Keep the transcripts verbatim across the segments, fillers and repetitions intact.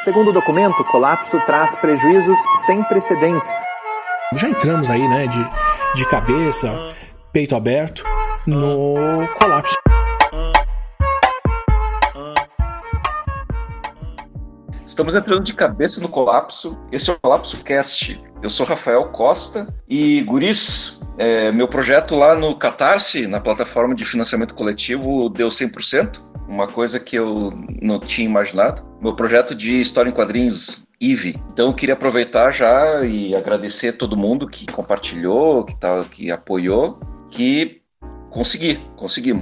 Segundo o documento, o colapso traz prejuízos sem precedentes. Já entramos aí, né, de, de cabeça, peito aberto, no colapso. Estamos entrando de cabeça no colapso. Esse é o Colapso Cast. Eu sou Rafael Costa e, guris, é, meu projeto lá no Catarse, na plataforma de financiamento coletivo, deu cem por cento. Uma coisa que eu não tinha imaginado. Meu projeto de história em quadrinhos, I V E. Então eu queria aproveitar já e agradecer a todo mundo que compartilhou, que, tá, que apoiou, que consegui, conseguimos.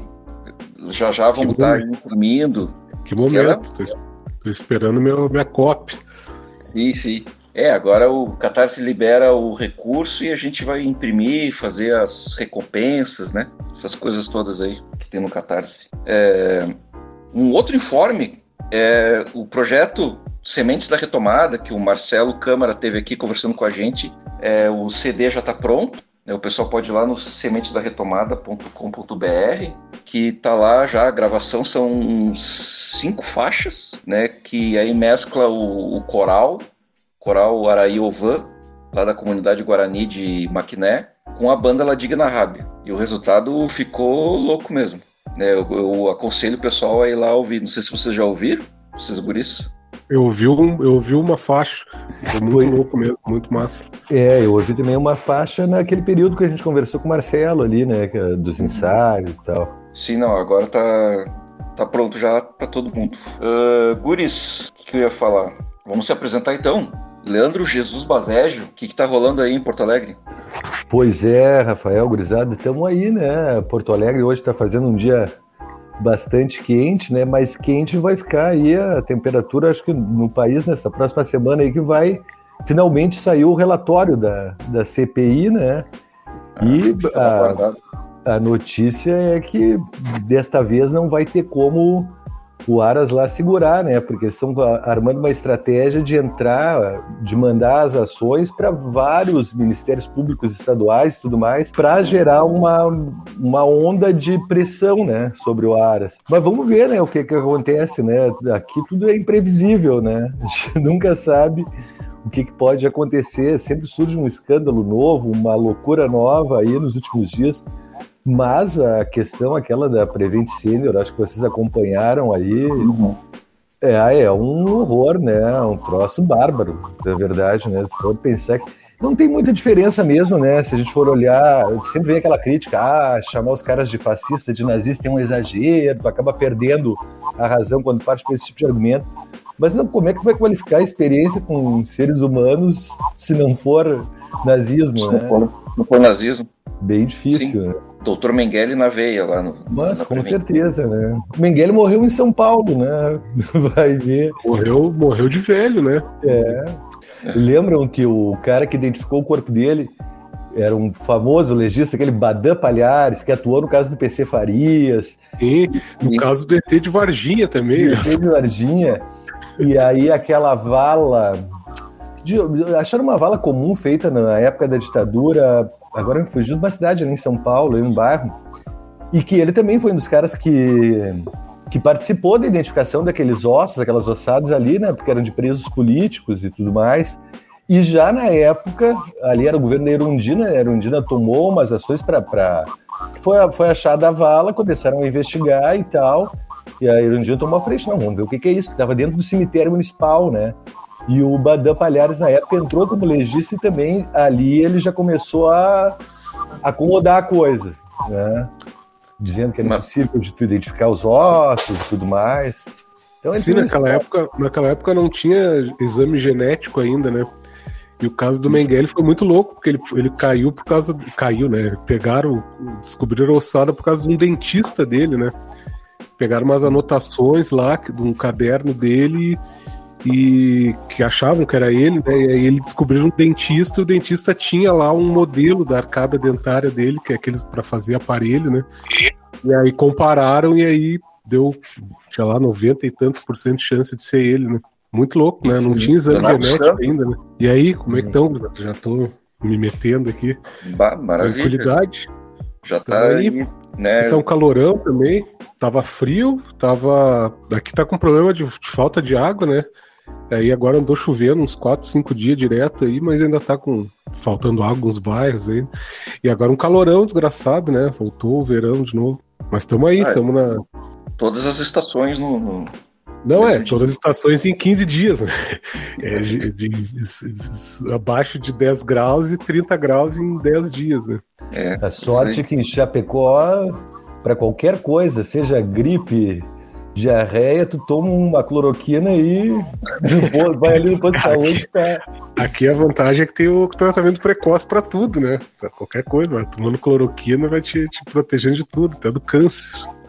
Já já vamos estar imprimindo. Que momento, estou esperando meu, minha cópia. Sim, sim. É, agora o Catarse libera o recurso e a gente vai imprimir, fazer as recompensas, né? Essas coisas todas aí que tem no Catarse. É... Um outro informe é o projeto Sementes da Retomada, que o Marcelo Câmara teve aqui conversando com a gente. É, o C D já está pronto, né? O pessoal pode ir lá no semente da retomada ponto com ponto b r, que está lá já, a gravação são cinco faixas, né? Que aí mescla o, o coral, coral Araí-Ovan, lá da comunidade Guarani de Maquiné, com a banda La Digna Rábia. E o resultado ficou louco mesmo. Eu, eu aconselho o pessoal a ir lá ouvir. Não sei se vocês já ouviram, vocês guris. Eu ouvi, um, eu ouvi uma faixa, foi muito Foi. louco mesmo, muito massa. É, eu ouvi também uma faixa naquele período que a gente conversou com o Marcelo ali, né, dos ensaios e tal. Sim, não, agora tá, tá pronto já pra todo mundo. Uh, guris, o que, que eu ia falar? Vamos se apresentar então. Leandro Jesus Bazégio, o que, que tá rolando aí em Porto Alegre? Pois é, Rafael, gurizada, estamos aí, né? Porto Alegre hoje está fazendo um dia bastante quente, né? Mas quente vai ficar aí a temperatura, acho que no país, nessa próxima semana aí que vai finalmente sair o relatório da, da C P I, né? Ah, e a, a notícia é que desta vez não vai ter como o Aras lá segurar, né? Porque eles estão armando uma estratégia de entrar, de mandar as ações para vários ministérios públicos estaduais e tudo mais, para gerar uma, uma onda de pressão, né, sobre o Aras. Mas vamos ver, né, o que, que acontece, né? Aqui tudo é imprevisível, né? A gente nunca sabe o que, que pode acontecer. Sempre surge um escândalo novo, uma loucura nova aí nos últimos dias. Mas a questão aquela da Prevent Senior, acho que vocês acompanharam aí, uhum. é, é um horror, né? Um troço bárbaro, na verdade, né? Se for pensar que não tem muita diferença mesmo, né? Se a gente for olhar, sempre vem aquela crítica, ah, chamar os caras de fascista, de nazista é um exagero, tu acaba perdendo a razão quando parte para esse tipo de argumento. Mas não, como é que vai qualificar a experiência com seres humanos se não for nazismo, se né? Não for, não for nazismo. Bem difícil, Sim. né? doutor Mengele na veia lá no... Mas, com Prevent. Certeza, né? O Mengele morreu em São Paulo, né? Vai ver. Morreu, morreu de velho, né? É. Lembram que o cara que identificou o corpo dele era um famoso legista, aquele Badan Palhares, que atuou no caso do P C Farias. Sim, no e... caso do E T de Varginha também. E E T de Varginha. E aí aquela vala... De... Acharam uma vala comum feita na época da ditadura... Agora me fugiu de uma cidade ali em São Paulo, em um bairro, e que ele também foi um dos caras que, que participou da identificação daqueles ossos, aquelas ossadas ali, né, porque eram de presos políticos e tudo mais, e já na época, ali era o governo da Erundina, a Erundina tomou umas ações para... Pra... Foi, foi achada a vala, começaram a investigar e tal, e a Erundina tomou a frente, não, vamos ver o que, que é isso, que estava dentro do cemitério municipal, né. E o Badan Palhares, na época, entrou como legista e também ali ele já começou a acomodar a coisa, né? Dizendo que era impossível de tu identificar os ossos e tudo mais. Então, sim, naquela época, naquela época não tinha exame genético ainda, né? E o caso do Mengele foi muito louco, porque ele, ele caiu por causa... Caiu, né? Pegaram, descobriram a ossada por causa de um dentista dele, né? Pegaram umas anotações lá de um caderno dele... e que achavam que era ele, né? E aí ele descobriram um dentista, e o dentista tinha lá um modelo da arcada dentária dele, que é aqueles para fazer aparelho, né? E aí compararam e aí deu, tinha lá noventa e tantos por cento de chance de ser ele, né? Muito louco, né? Não tinha exame genético ainda, né? E aí, como é que estão? Já tô me metendo aqui. Bah, maravilha. Tranquilidade. Já tá aí, aí, né? Tá um calorão também. Tava frio, tava... Aqui tá com problema de, de falta de água, né? Aí agora andou chovendo uns quatro, cinco dias direto aí, mas ainda tá com faltando água nos bairros aí. E agora um calorão desgraçado, né? Voltou o verão de novo. Mas estamos aí, estamos ah, na... Todas as estações no... no... Não é, todas as estações em quinze dias, né? É de, de, de, de, abaixo de dez graus e trinta graus em dez dias, né? É, a sorte que em Chapecó, para qualquer coisa, seja gripe, diarreia, tu toma uma cloroquina e vai ali no posto de saúde. Tá... Aqui a vantagem é que tem o tratamento precoce para tudo, né? Pra qualquer coisa, vai tomando cloroquina vai te, te protegendo de tudo, até do câncer.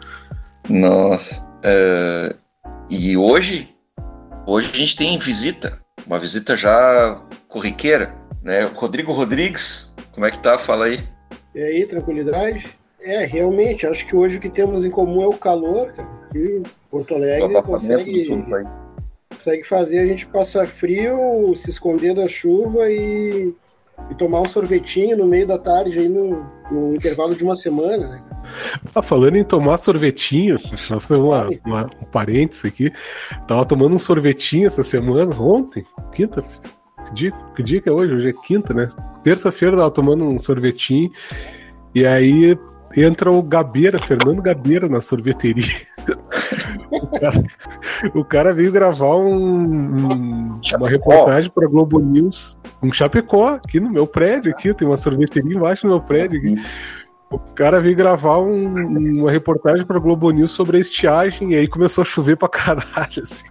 Nossa, é... e hoje, hoje a gente tem visita, uma visita já corriqueira, né? Rodrigo Rodrigues, como é que tá? Fala aí. E aí, tranquilidade? É, realmente, acho que hoje o que temos em comum é o calor, cara. E Porto Alegre consegue, consegue fazer a gente passar frio, se esconder da chuva e, e tomar um sorvetinho no meio da tarde aí no, no intervalo de uma semana, né? Ah, falando em tomar sorvetinho, deixa eu fazer uma, uma, um parênteses aqui. Tava tomando um sorvetinho essa semana, ontem, quinta, que dia, que dia que é hoje? Hoje é quinta, né? Terça-feira tava tomando um sorvetinho e aí entra o Gabeira, Fernando Gabeira na sorveteria. o, cara, o cara veio gravar um, um, uma reportagem para Globo News, um Chapecó, aqui no meu prédio, aqui tem uma sorveteria embaixo no meu prédio aqui. O cara veio gravar um, uma reportagem pra Globo News sobre a estiagem e aí começou a chover pra caralho, assim.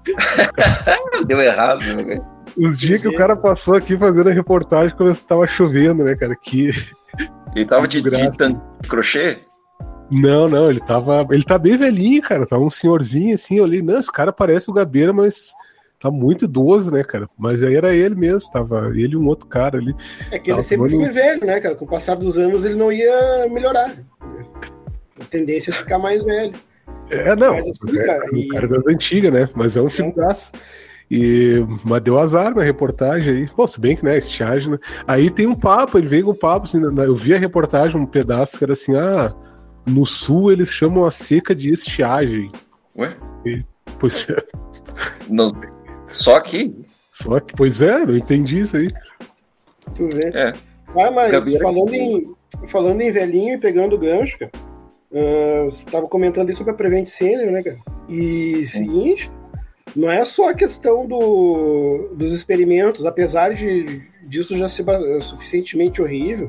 Deu errado, né? Os dias que o cara passou aqui fazendo a reportagem quando tava chovendo, né, cara? Que... Ele tava de, de crochê? Não, não, ele tava... Ele tá bem velhinho, cara. Tá um senhorzinho, assim, eu olhei, não, esse cara parece o Gabeira, mas... Tá muito idoso, né, cara? Mas aí era ele mesmo, tava ele e um outro cara ali. É que ele sempre tomando... foi velho, né, cara? Com o passar dos anos ele não ia melhorar. A tendência é ficar mais velho. É, não. Mas, assim, é, cara, e... O cara das antigas, né? Mas é um figuraço. E... Mas deu azar na reportagem aí. Pô, se bem que, né, estiagem, né? Aí tem um papo, ele veio com um papo, assim, eu vi a reportagem, um pedaço que era assim, ah, no sul eles chamam a seca de estiagem. Ué? E, pois é. Não... Só aqui? Só que, pois é, eu entendi isso aí. Tu vê. É. Ah, mas Gabeira falando em, falando em velhinho e pegando gancho, cara, uh, você tava comentando isso sobre a Prevent Senior, né, cara? E seguinte, não é só a questão do, dos experimentos, apesar de disso já ser suficientemente horrível,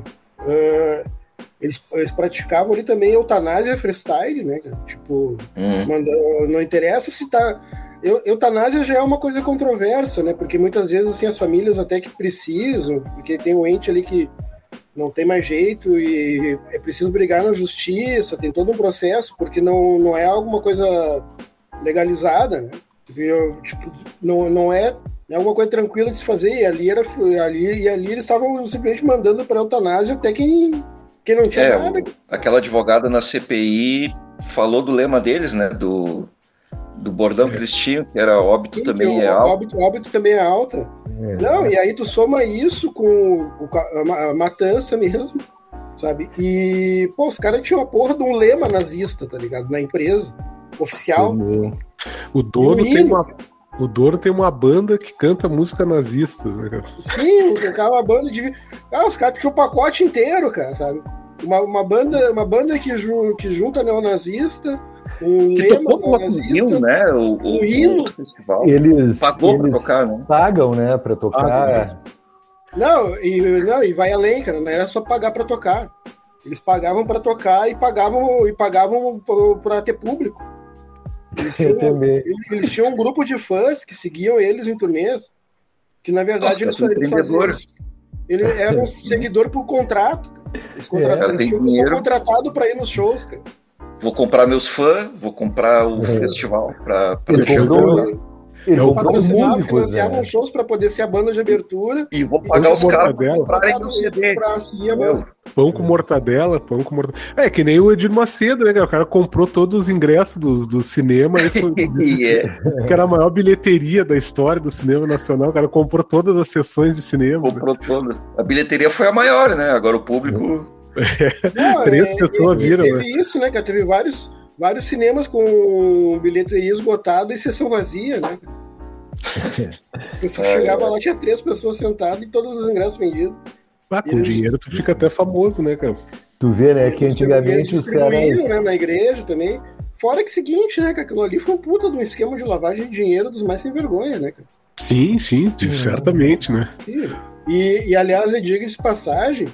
uh, eles, eles praticavam ali também eutanásia freestyle, né, cara? Tipo, hum. manda, não interessa se tá... Eutanásia já é uma coisa controversa, né? Porque muitas vezes assim, as famílias até que precisam, porque tem um ente ali que não tem mais jeito e é preciso brigar na justiça, tem todo um processo, porque não, não é alguma coisa legalizada, né? Tipo, não, não é, é alguma coisa tranquila de se fazer, e ali, era, ali, e ali eles estavam simplesmente mandando para eutanásia até quem, quem não tinha é, nada. Aquela advogada na C P I falou do lema deles, né? Do... do bordão que eles tinham, que era óbito Sim, também é alto. Óbito, óbito também é alta. É. Não, e aí tu soma isso com, com a, a matança mesmo, sabe? E, pô, os caras tinham a porra de um lema nazista, tá ligado? Na empresa, oficial. O Douro tem uma... O Douro tem uma banda que canta música nazista, né, cara? Sim, uma banda de... Ah, os caras tinham o pacote inteiro, cara, sabe? Uma, uma, banda, uma banda que, ju, que junta neonazista, um que lema tocou com o né? O, o, o hino. O festival. Eles, pagou eles pra tocar, né? Pagam, né, pra tocar. Ah, não, e, não, e vai além, cara, não era só pagar pra tocar. Eles pagavam pra tocar e pagavam, e pagavam pra ter público. Eles tinham, eles, eles tinham um grupo de fãs que seguiam eles em turnês, que na verdade Nossa, eles, eles faziam... Eles eram um seguidor por contrato. Eles, contrataram, é, eles tinham dinheiro. contratado pra ir nos shows, cara. Vou comprar meus fãs, vou comprar o é. festival pra, pra ele deixar comprou, ele comprou os músicos, financiavam é. shows pra poder ser a banda de abertura e vou pagar os caras pra comprarem meu C D. Pão com mortadela, pão com mortadela. É que nem o Edir Macedo, né, cara? O cara comprou todos os ingressos do, do cinema e foi, yeah. que era a maior bilheteria da história do cinema nacional. O cara comprou todas as sessões de cinema. Comprou né? todas. A bilheteria foi a maior, né? Agora o público... Não, Três é, pessoas viram, teve né? isso, né, cara? Teve vários, vários cinemas com bilheteria esgotada e sessão vazia, né? Eu só chegava é. lá, tinha três pessoas sentadas e todos os ingressos vendidos. Ah, com eles... dinheiro tu fica até famoso, né, cara? Tu vê, né, que antigamente os caras... Né, na igreja também. Fora que seguinte, né, que aquilo ali foi um puta de um esquema de lavagem de dinheiro dos mais sem vergonha, né, cara? Sim, sim, hum. certamente, né? Sim. E, e aliás, eu digo de passagem,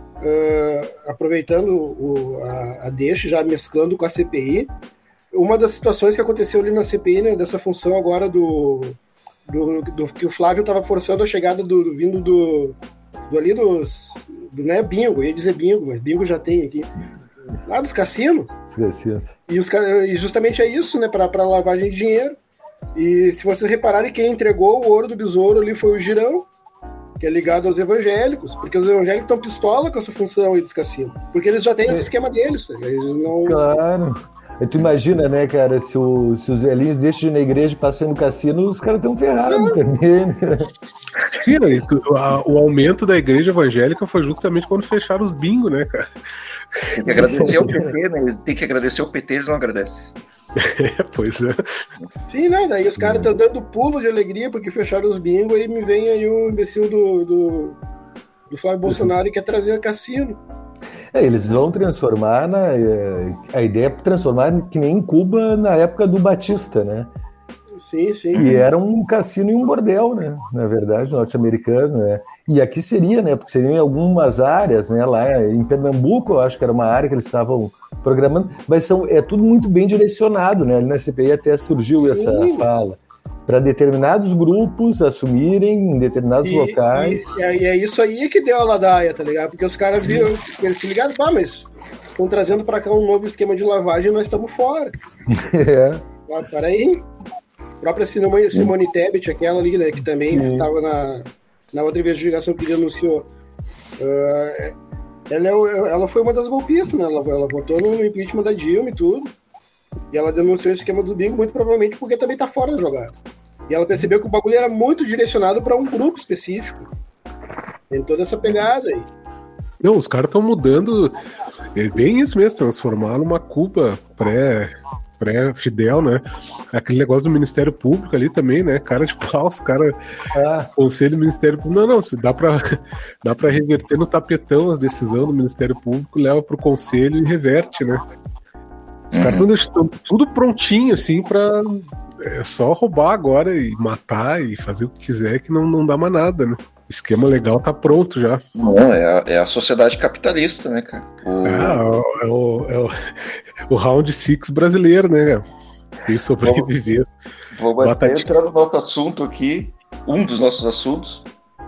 uh, aproveitando o, a, a deixa, já mesclando com a C P I, uma das situações que aconteceu ali na C P I, né, dessa função agora do, do, do que o Flávio estava forçando a chegada do, vindo do, do ali dos, do, não é bingo, eu ia dizer bingo, mas bingo já tem aqui, lá dos cassinos. Cassino. E, os, e justamente é isso, né, para lavagem de dinheiro. E se vocês repararem, quem entregou o ouro do besouro ali foi o Girão, que é ligado aos evangélicos, porque os evangélicos estão pistola com essa função aí dos cassinos, porque eles já têm esse esquema deles, eles não... Claro. E tu imagina, né, cara, se, o, se os velhinhos deixam de ir na igreja e passam no cassino, os caras estão ferrados ah. também, né? Sim, o, o aumento da igreja evangélica foi justamente quando fecharam os bingos, né, cara? Tem que agradecer ao P T, né? Tem que agradecer ao P T, eles não agradecem. É, pois é. Sim, né? Daí os caras estão dando pulo de alegria porque fecharam os bingos e me vem aí o imbecil do, do, do Flávio Bolsonaro e quer trazer a cassino. É, eles vão transformar na, a ideia é transformar que nem em Cuba na época do Batista, né? Sim, sim. Que era um cassino e um bordel, né? Na verdade, norte-americano, né? E aqui seria, né? Porque seriam em algumas áreas, né? Lá em Pernambuco, eu acho que era uma área que eles estavam programando, mas são, é tudo muito bem direcionado, né? Ali na C P I até surgiu sim. essa fala. Para determinados grupos assumirem em determinados e, locais. E, e é isso aí que deu a ladaia, tá ligado? Porque os caras viram, eles se ligaram, pá, mas estão trazendo para cá um novo esquema de lavagem e nós estamos fora. É. Ah, peraí. A própria Simone, Simone Tebet, aquela ali, né, que também estava na, na outra investigação que denunciou. Uh, ela, é, ela foi uma das golpistas, né? Ela, ela votou no impeachment da Dilma e tudo. E ela denunciou esse esquema do bingo muito provavelmente porque também tá fora da jogada. E ela percebeu que o bagulho era muito direcionado para um grupo específico. Tem toda essa pegada aí. Não, os caras estão mudando. É bem isso mesmo, transformar numa Cuba pré, pré-Fidel, né? Aquele negócio do Ministério Público ali também, né? Cara de pau, os caras. Ah. Conselho do Ministério Público. Não, não, se dá pra, dá pra reverter no tapetão as decisões do Ministério Público, leva pro Conselho e reverte, né? Os uhum. caras estão deixando tudo prontinho, assim, pra. É só roubar agora e matar e fazer o que quiser, que não, não dá mais nada, né? O esquema legal tá pronto já. Não, é a, é a sociedade capitalista, né, cara? O... É, é, o, é o, o Round Six brasileiro, né? Tem sobreviver. Vamos entrar no nosso assunto aqui, um dos nossos assuntos.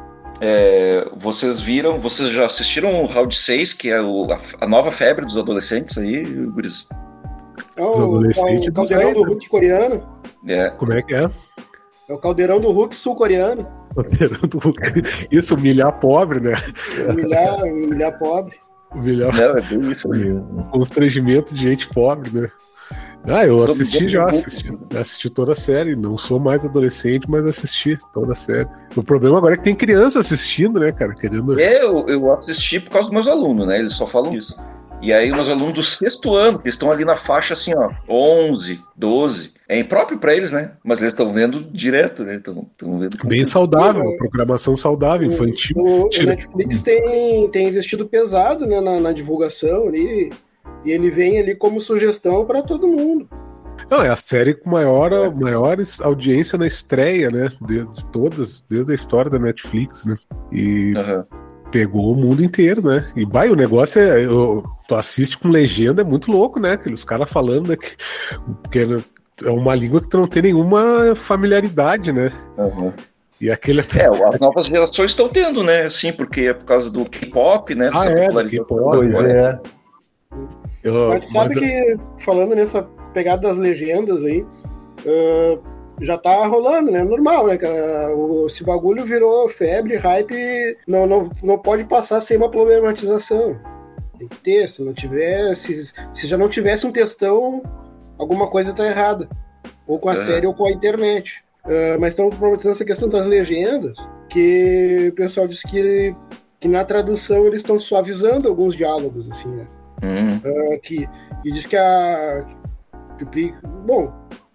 É, vocês viram, vocês já assistiram o Round seis, que é o, a, a nova febre dos adolescentes aí, guris? É o, o caldeirão do Hulk coreano. É. Como é que é? É o caldeirão do Hulk sul-coreano. Caldeirão do Hulk. Isso, humilhar pobre, né? Humilhar, humilhar pobre. Humilhar. Não, é bem isso mesmo. Constrangimento de gente pobre, né? Ah, eu Todo assisti já, assisti, assisti toda a série. Não sou mais adolescente, mas assisti toda a série. O problema agora é que tem criança assistindo, né, cara? Querendo... É, eu, eu assisti por causa dos meus alunos, né? Eles só falam isso. E aí, meus alunos do sexto ano, que estão ali na faixa assim, ó, onze, doze. É impróprio pra eles, né? Mas eles estão vendo direto, né? Estão vendo. Bem saudável, é, programação saudável, infantil. O, o Netflix tem, tem investido pesado, né, na, na divulgação ali. E ele vem ali como sugestão para todo mundo. Não, é a série com maior, é. maior audiência na estreia, né? De, de todas, desde a história da Netflix, né? E. Uhum. Pegou o mundo inteiro, né? E vai, o negócio é. Eu, tu assiste com legenda, é muito louco, né? Aqueles caras falando, né? Que, que é uma língua que tu não tem nenhuma familiaridade, né? Uhum. E aquele. É, as novas gerações estão tendo, né? Assim, porque é por causa do K-pop, né? Ah, é, do K-pop, é. Eu, mas sabe mas... que, falando nessa pegada das legendas aí, uh, já tá rolando, né? Normal, né, cara? O, esse bagulho virou febre, hype, não, não, não pode passar sem uma problematização. Tem que ter, se não tiver, se, se já não tivesse um textão, alguma coisa tá errada. Ou com a é. série ou com a internet. Uh, mas estão problematizando essa questão das legendas, que o pessoal diz que, que na tradução eles estão suavizando alguns diálogos, assim, né? Uhum. Uh, que, e diz que a... Que, bom...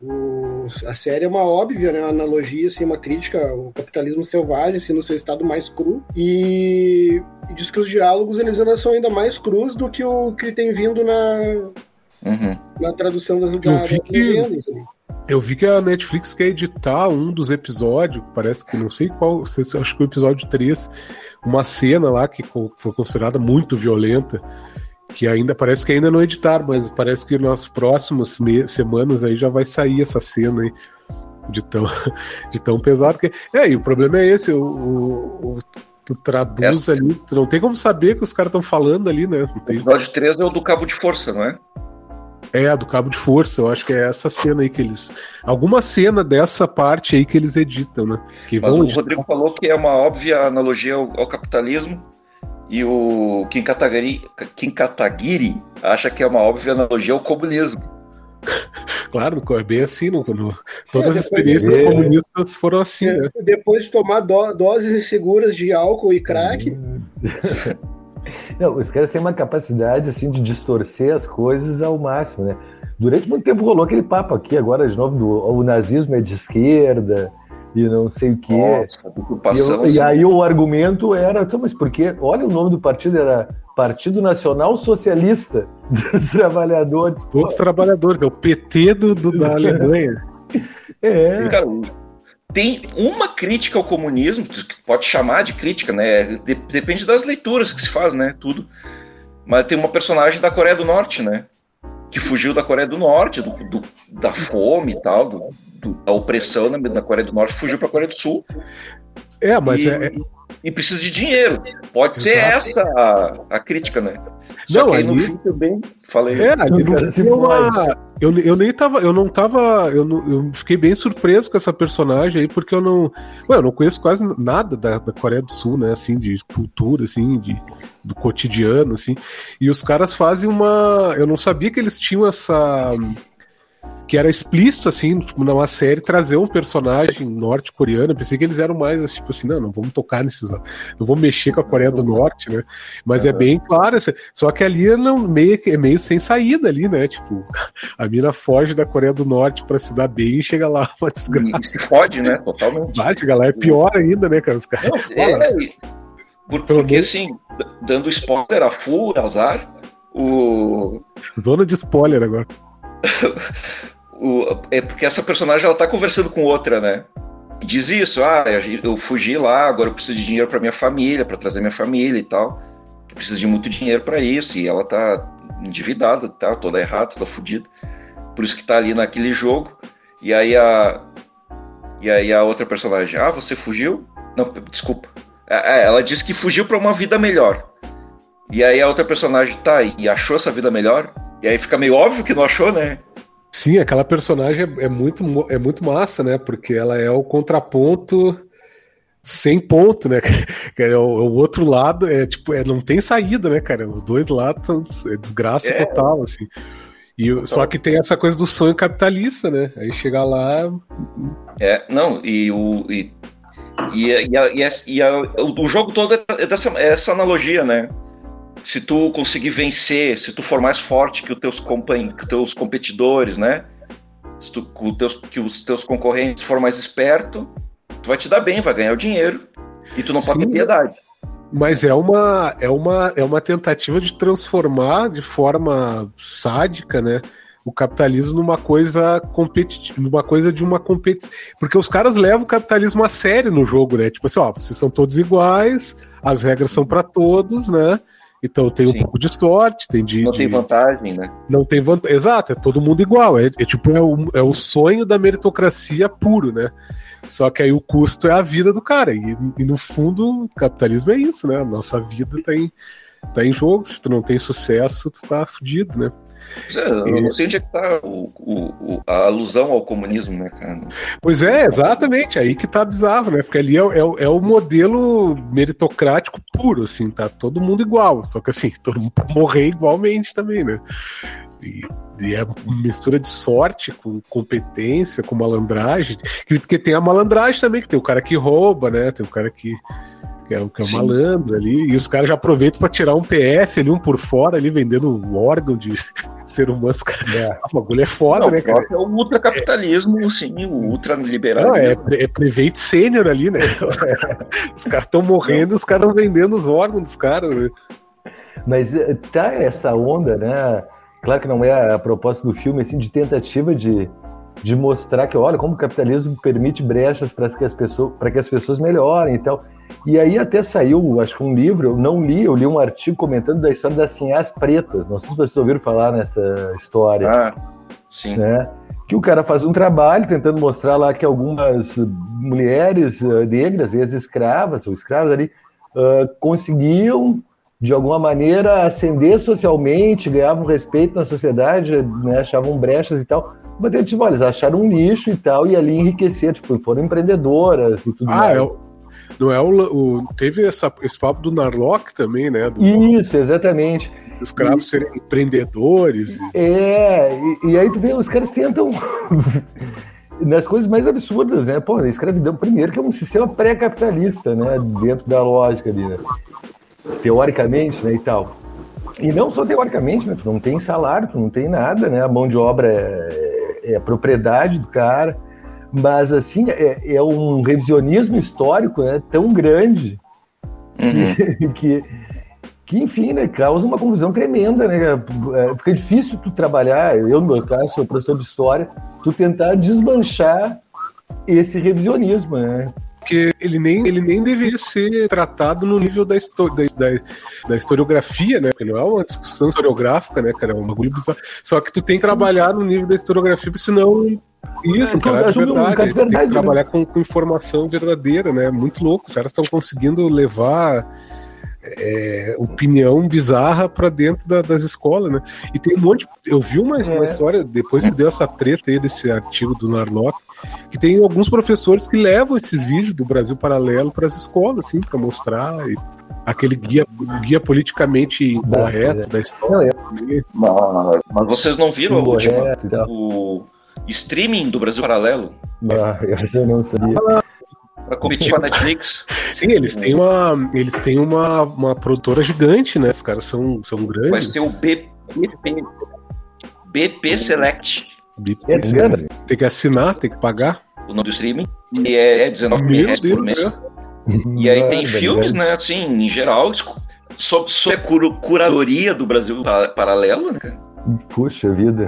O, a série é uma óbvia, né, uma analogia, assim, uma crítica ao capitalismo selvagem, assim, no seu estado mais cru, e, e diz que os diálogos eles ainda são ainda mais crus do que o que tem vindo na, uhum. na tradução das, da, das legendas. Ali. Eu vi que a Netflix quer editar um dos episódios, parece que não sei qual, acho que o episódio três, uma cena lá que foi considerada muito violenta, que ainda parece que ainda não editaram, mas parece que nas próximas me- semanas aí já vai sair essa cena aí de tão, de tão pesado. Que, é, e o problema é esse, o, o, o, tu traduz essa... ali, tu não tem como saber o que os caras estão falando ali, né? Não tem... O episódio três é o do Cabo de Força, não é? É, do Cabo de Força, eu acho que é essa cena aí que eles... Alguma cena dessa parte aí que eles editam, né? Que Mas vão o editar. Rodrigo falou que é uma óbvia analogia ao, ao capitalismo, e o Kim Kataguiri, Kim Kataguiri acha que é uma óbvia analogia ao comunismo. Claro, é bem assim, no, no, todas é, as experiências de... comunistas foram assim, é, né? Depois de tomar do, doses seguras de álcool e crack... Não, os caras têm uma capacidade assim de distorcer as coisas ao máximo, né? Durante muito tempo rolou aquele papo aqui, agora de novo, do o nazismo é de esquerda e não sei o quê. Nossa, e, eu, e aí o argumento era, então, mas por quê? Olha, o nome do partido era Partido Nacional Socialista dos Trabalhadores. Todos os trabalhadores, é o P T do, do, da Alemanha. É. Cara, tem uma crítica ao comunismo, que pode chamar de crítica, né? De, depende das leituras que se faz, né? Tudo. Mas tem uma personagem da Coreia do Norte, né? Que fugiu da Coreia do Norte, do, do, da fome e tal, do, do, da opressão na, na Coreia do Norte, fugiu para a Coreia do Sul. É, mas e, é. E precisa de dinheiro. Pode ser Exato. essa a, a crítica, né? Só não, que aí ali... no fim também falei. É, ali não tinha uma... eu, eu nem tava. Eu não tava. Eu, não, eu fiquei bem surpreso com essa personagem aí, porque eu não. Ué, eu não conheço quase nada da, da Coreia do Sul, né? Assim, de cultura, assim, de, do cotidiano, assim. E os caras fazem uma. Eu não sabia que eles tinham essa. Que era explícito, assim, tipo, numa série, trazer um personagem norte-coreano. Eu pensei que eles eram mais, tipo assim, não, não vamos tocar nesses... Não vamos mexer com a Coreia do Norte, né? Mas uhum. é bem claro, só que ali é meio, é meio sem saída ali, né? Tipo, a mina foge da Coreia do Norte pra se dar bem e chega lá uma desgraça. E se fode, né? Totalmente. Vai, chega lá, é pior ainda, né, cara? Os caras... Não, é, porque, porque assim, dando spoiler a full, azar, o... Zona de spoiler agora. o, é porque essa personagem ela tá conversando com outra, né? Diz isso, ah, eu fugi lá, agora eu preciso de dinheiro pra minha família, pra trazer minha família e tal. Eu preciso de muito dinheiro pra isso, e ela tá endividada, tá, toda errada, toda fodida. Por isso que tá ali naquele jogo. E aí a e aí a outra personagem, ah, você fugiu? Não, desculpa. Ela disse que fugiu pra uma vida melhor. E aí a outra personagem, tá, e achou essa vida melhor? E aí fica meio óbvio que não achou, né? Sim, aquela personagem é muito, é muito massa, né? Porque ela é o contraponto sem ponto, né? É o, o outro lado, é tipo, é, não tem saída, né, cara? Os dois lados é desgraça é. total, assim. E, total. Só que tem essa coisa do sonho capitalista, né? Aí chegar lá... É, não, e o... E, e, e, a, e, a, e a, o jogo todo é dessa é essa analogia, né? Se tu conseguir vencer, se tu for mais forte que os teus, compan- que os teus competidores, né? Se tu, que, os teus, que os teus concorrentes for mais esperto, tu vai te dar bem, vai ganhar o dinheiro. E tu não Sim, pode ter piedade. Mas é uma, é, uma, é uma tentativa de transformar de forma sádica, né? O capitalismo numa coisa competitiva, numa coisa de uma competição. Porque os caras levam o capitalismo a sério no jogo, né? Tipo assim, ó, vocês são todos iguais, as regras são para todos, né? Então tem um Sim. pouco de sorte, tem de... Não de... tem vantagem, né? Não tem vantagem, exato, é todo mundo igual, é, é tipo, é o, é o sonho da meritocracia puro, né? Só que aí o custo é a vida do cara, e, e no fundo o capitalismo é isso, né? A nossa vida tá em, tá em jogo, se tu não tem sucesso, tu tá fudido, né? Eu não sei onde é que tá o, o, a alusão ao comunismo, né, cara? Pois é, exatamente, aí que tá bizarro, né? Porque ali é, é, é o modelo meritocrático puro, assim, tá todo mundo igual, só que assim, todo mundo pode morrer igualmente também, né? E, e é mistura de sorte com competência, com malandragem, porque tem a malandragem também, que tem o cara que rouba, né? Tem o cara que que é, que é o malandro ali, e os caras já aproveitam para tirar um P F ali, um por fora ali, vendendo um órgão de ser humano. É. O bagulho é foda, não, né, cara? É o ultracapitalismo, é. Sim, o ultraliberal. Não, é, é private senior ali, né? Os caras estão morrendo, não. Os caras estão vendendo os órgãos dos caras, né? Mas tá essa onda, né? Claro que não é a proposta do filme, assim, de tentativa de, de mostrar que, olha, como o capitalismo permite brechas para que as pessoas, para que as pessoas melhorem e tal. E aí até saiu, acho que um livro, eu não li, eu li um artigo comentando da história das sinhás pretas. Não sei se vocês ouviram falar nessa história. Ah, sim. Né? Que o cara faz um trabalho tentando mostrar lá que algumas mulheres uh, negras, ex-escravas ou escravas ali, uh, conseguiam de alguma maneira ascender socialmente, ganhavam respeito na sociedade, né, achavam brechas e tal, mas tipo, eles acharam um nicho e tal, e ali enriqueceram, tipo, foram empreendedoras e tudo ah, mais. É o, não é o, o teve essa, esse papo do Narlock também, né? Do, Isso, exatamente. Os escravos e, serem empreendedores. É, e, e aí tu vê, os caras tentam nas coisas mais absurdas, né? Pô, a escravidão, primeiro, que é um sistema pré-capitalista, né? Dentro da lógica ali, né? Teoricamente, né, e tal. E não só teoricamente, né, tu não tem salário, tu não tem nada, né, a mão de obra é, é propriedade do cara, mas assim, é, é um revisionismo histórico, né, tão grande, uhum. que, que, enfim, né, causa uma confusão tremenda, né, fica difícil tu trabalhar, eu no meu caso sou professor de história, tu tentar desmanchar esse revisionismo, né. Porque ele nem, ele nem deveria ser tratado no nível da, da, da, da historiografia, né? Porque não é uma discussão historiográfica, né, cara? É um bagulho bizarro. Só que tu tem que trabalhar no nível da historiografia, porque senão. Isso, é, um cara de verdade. Um cara de verdade, tu tem que né? trabalhar com, com informação verdadeira, né? Muito louco. Os caras estão conseguindo levar é, opinião bizarra pra dentro da, das escolas, né? E tem um monte. Eu vi uma, é. uma história, depois que deu essa treta aí desse artigo do Narlock, que tem alguns professores que levam esses vídeos do Brasil Paralelo para as escolas, assim, para mostrar e, aquele guia, guia politicamente incorreto é. da história. Mas, mas vocês não viram o último, o streaming do Brasil Paralelo? Ah, eu não sabia. Para competir com a Netflix? Sim, eles têm uma, eles têm uma, uma produtora gigante, né? Os caras são, são grandes. Vai ser o B P, B P Select. B P Select. Tem que assinar, tem que pagar. O nome do streaming. E é dezenove mil reais por mês. E aí tem filmes, né? Assim, em geral, sobre, sobre a cur- curadoria do Brasil Paralelo, né, cara? Puxa vida.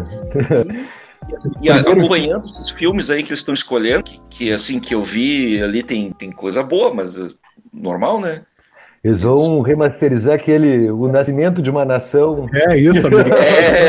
E acompanhando esses filmes aí que eles estão escolhendo, que, que assim, que eu vi ali tem, tem coisa boa, mas normal, né? Eles vão remasterizar aquele O Nascimento de uma Nação. É isso, amigo. É.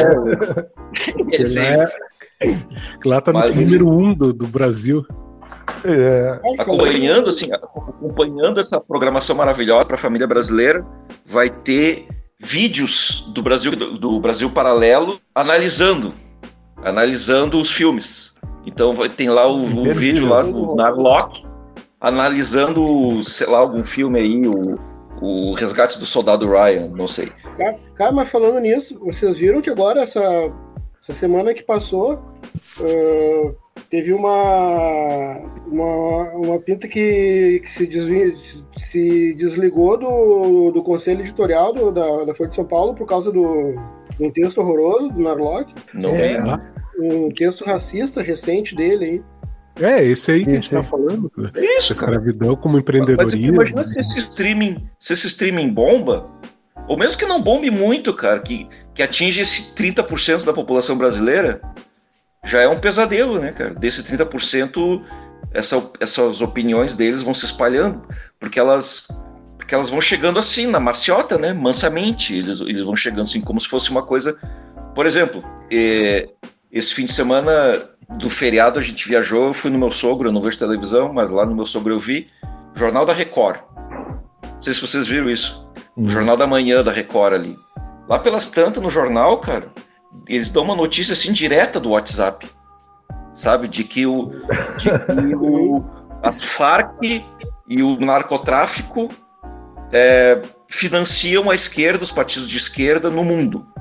é. Que lá tá no mas número ele... um do, do Brasil. É. Acompanhando, assim, acompanhando essa programação maravilhosa para a família brasileira, vai ter vídeos do Brasil, do, do Brasil Paralelo analisando. Analisando os filmes. Então vai, tem lá o, o vídeo lá do Narlock analisando, sei lá, algum filme aí, o, o Resgate do Soldado Ryan, não sei. Cara, mas falando nisso, vocês viram que agora, essa, essa semana que passou, uh, teve uma, uma, uma pinta que, que se, desvi, se desligou do, do conselho editorial do, da, da Folha de São Paulo por causa do um texto horroroso do Narlock. Não é, vi. Um texto racista recente dele aí. É, esse aí que esse. a gente tá falando. Isso, escravidão como empreendedorismo. Mas imagina se esse streaming, se esse streaming bomba, ou mesmo que não bombe muito, cara, que, que atinge esse trinta por cento da população brasileira, já é um pesadelo, né, cara? Desse trinta por cento, essa, essas opiniões deles vão se espalhando, porque elas... Porque elas vão chegando assim, na maciota, né? Mansamente. Eles, eles vão chegando assim, como se fosse uma coisa... Por exemplo, é, esse fim de semana do feriado a gente viajou, eu fui no meu sogro, eu não vejo televisão, mas lá no meu sogro eu vi Jornal da Record. Não sei se vocês viram isso. Hum. O Jornal da Manhã da Record ali. Lá pelas tantas no jornal, cara, eles dão uma notícia assim direta do WhatsApp. Sabe? De que, o, de que o, as Farc e o narcotráfico É, financiam a esquerda, os partidos de esquerda no mundo.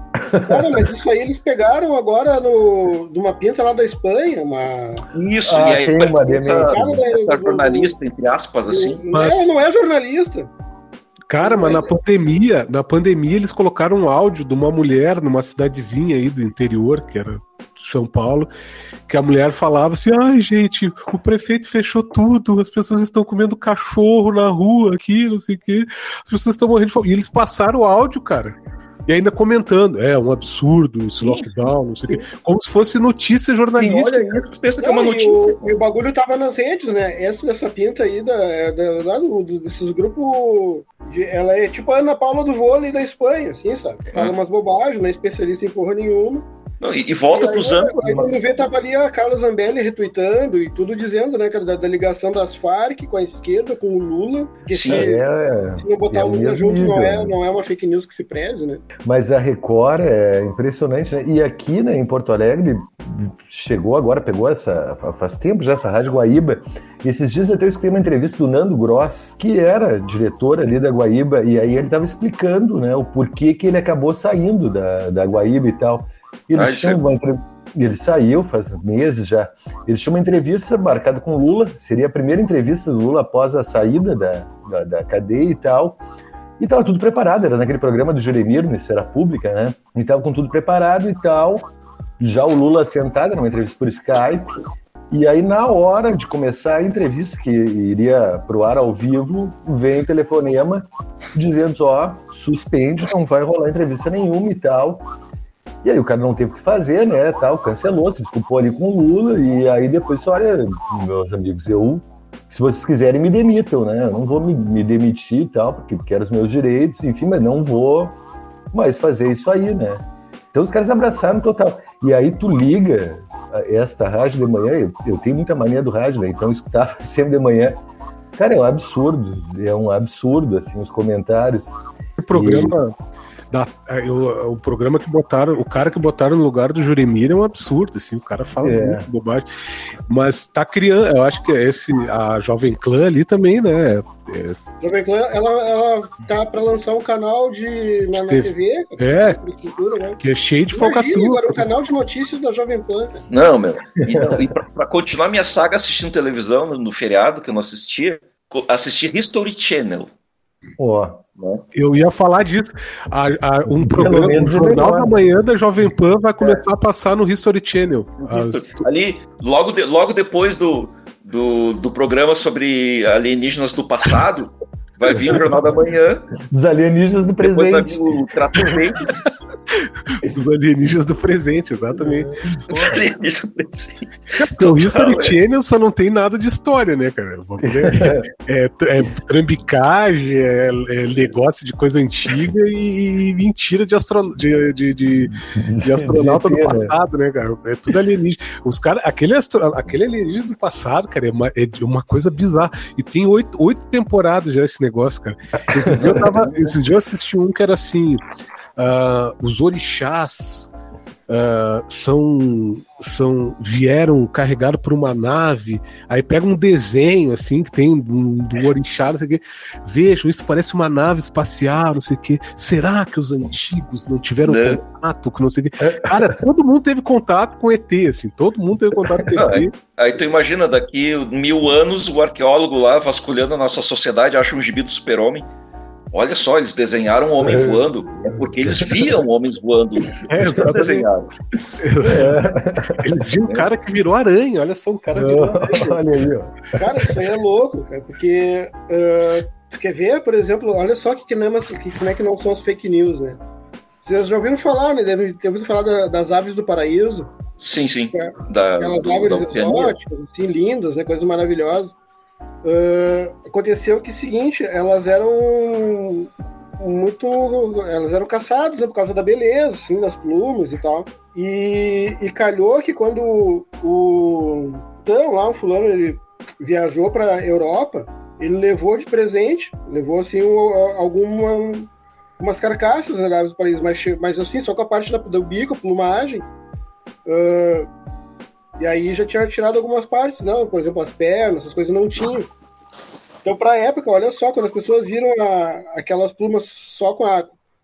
Cara, mas isso aí eles pegaram agora no, de uma pinta lá da Espanha, uma... Isso, ah, e aí tem uma essa, essa jornalista, entre aspas, assim. Mas... Não, não é jornalista. Cara, mas na pandemia, na pandemia eles colocaram um áudio de uma mulher numa cidadezinha aí do interior, que era São Paulo, que a mulher falava assim, ai gente, o prefeito fechou tudo, as pessoas estão comendo cachorro na rua aqui, não sei o quê, as pessoas estão morrendo de fome. E eles passaram o áudio, cara. E ainda comentando, é um absurdo esse lockdown, não sei o quê. Como se fosse notícia jornalística. Sim, olha isso, pensa que é uma notícia. E o, e o bagulho tava nas redes, né? Essa dessa pinta aí, da, da, da, do, desses grupos. De, ela é tipo a Ana Paula do vôlei da Espanha, assim, sabe? Fala ah. umas bobagens, não é especialista em porra nenhuma. Não, e, e volta para os anos. Aí quando vê, tava ali a Carla Zambelli retweetando e tudo dizendo, né, da, da ligação das Farc com a esquerda, com o Lula. Que Sim, se, é, se não botar é o Lula junto, nível, não é, né? não é uma fake news que se preze, né? Mas a Record é impressionante, né? E aqui, né, em Porto Alegre, chegou agora, pegou essa, faz tempo já, essa Rádio Guaíba. E esses dias até eu escutei uma entrevista do Nando Gross, que era diretor ali da Guaíba, e aí ele estava explicando, né, o porquê que ele acabou saindo da, da Guaíba e tal. Ele, ah, tinha uma, ele saiu faz meses já. Ele tinha uma entrevista marcada com o Lula, seria a primeira entrevista do Lula após a saída da, da, da cadeia e tal. E estava tudo preparado, era naquele programa do Juremir, isso era pública, né? E estava com tudo preparado e tal. Já o Lula sentado numa entrevista por Skype. E aí, na hora de começar a entrevista, que iria pro ar ao vivo, vem telefonema dizendo, ó, suspende, não vai rolar entrevista nenhuma e tal. E aí o cara não teve o que fazer, né, tal, cancelou, se desculpou ali com o Lula, e aí depois, olha, meus amigos, eu, se vocês quiserem, me demitam, né, eu não vou me, me demitir e tal, porque quero os meus direitos, enfim, mas não vou mais fazer isso aí, né. Então os caras abraçaram total. E aí tu liga esta rádio de manhã, eu, eu tenho muita mania do rádio, né, então eu escutava sempre de manhã. Cara, é um absurdo, é um absurdo, assim, os comentários. O programa... E... Da, eu, o programa que botaram, o cara que botaram no lugar do Juremir é um absurdo, assim, o cara fala é. muito bobagem, mas tá criando, eu acho que esse, a Jovem Clã ali também, né? É, Jovem Clã, ela, ela tá pra lançar um canal de, na, na T V, é, né? Que é cheio de falcatrua. Agora um canal de notícias da Jovem Clã. Cara. Não, meu, e, não, e pra, pra continuar minha saga assistindo televisão no, no feriado, que eu não assistia, assisti History Channel. Ó, eu ia falar disso. A, a, um programa, um Jornal da Manhã da Jovem Pan vai começar é. a passar no History Channel. As... Ali, logo, de, logo depois do, do, do programa sobre alienígenas do passado, vai vir o Jornal da Manhã. Dos alienígenas do presente. Depois vai vir o Trato Feito. Os alienígenas do presente, exatamente. Os alienígenas do presente. O History é. Channel só não tem nada de história, né, cara? É, é, é trambicagem, é, é negócio de coisa antiga e, e mentira de, astro, de, de, de, de astronauta do passado, né, cara? É tudo alienígena. Os cara, aquele, astro, aquele alienígena do passado, cara, é uma, é uma coisa bizarra. E tem oito, oito temporadas já esse negócio, cara. Esse dia eu, tava, esses dias eu assisti um que era assim. Uh, os orixás uh, são, são vieram carregados por uma nave, aí pega um desenho assim que tem um, do orixá, não sei o que, vejam, isso parece uma nave espacial, não sei o que, será que os antigos não tiveram não. contato com não sei o que? Cara, todo mundo teve contato com E T, assim, todo mundo teve contato com não, E T. Aí tu imagina, daqui mil anos o arqueólogo lá vasculhando a nossa sociedade acha um gibi do Super-Homem. Olha só, eles desenharam um homem é. voando. É porque eles viam homens voando. É, eles desenharam. É. Eles viram um cara que virou aranha. Olha só, um cara virou aranha. Olha aí, ó. Cara, isso aí é louco, cara, porque uh, tu quer ver, por exemplo, olha só que, que, não é, que como é que não são as fake news, né? Vocês já ouviram falar, né? Devem ter ouvido falar da, das aves do paraíso. Sim, sim. É, da, aquelas do, aves exóticas, assim, lindas, né? Coisas maravilhosas. Uh, aconteceu que, seguinte, elas eram muito, elas eram caçadas, né, por causa da beleza, assim, das plumas e tal, e, e calhou que quando o então, lá, o fulano, ele viajou para Europa, ele levou de presente, levou, assim, alguma, umas carcaças, né, do país, mas, mas assim, só com a parte da, do bico, a plumagem, uh, e aí já tinha tirado algumas partes, não, por exemplo, as pernas, essas coisas não tinham. Então, pra época, olha só, quando as pessoas viram a, aquelas plumas só com a,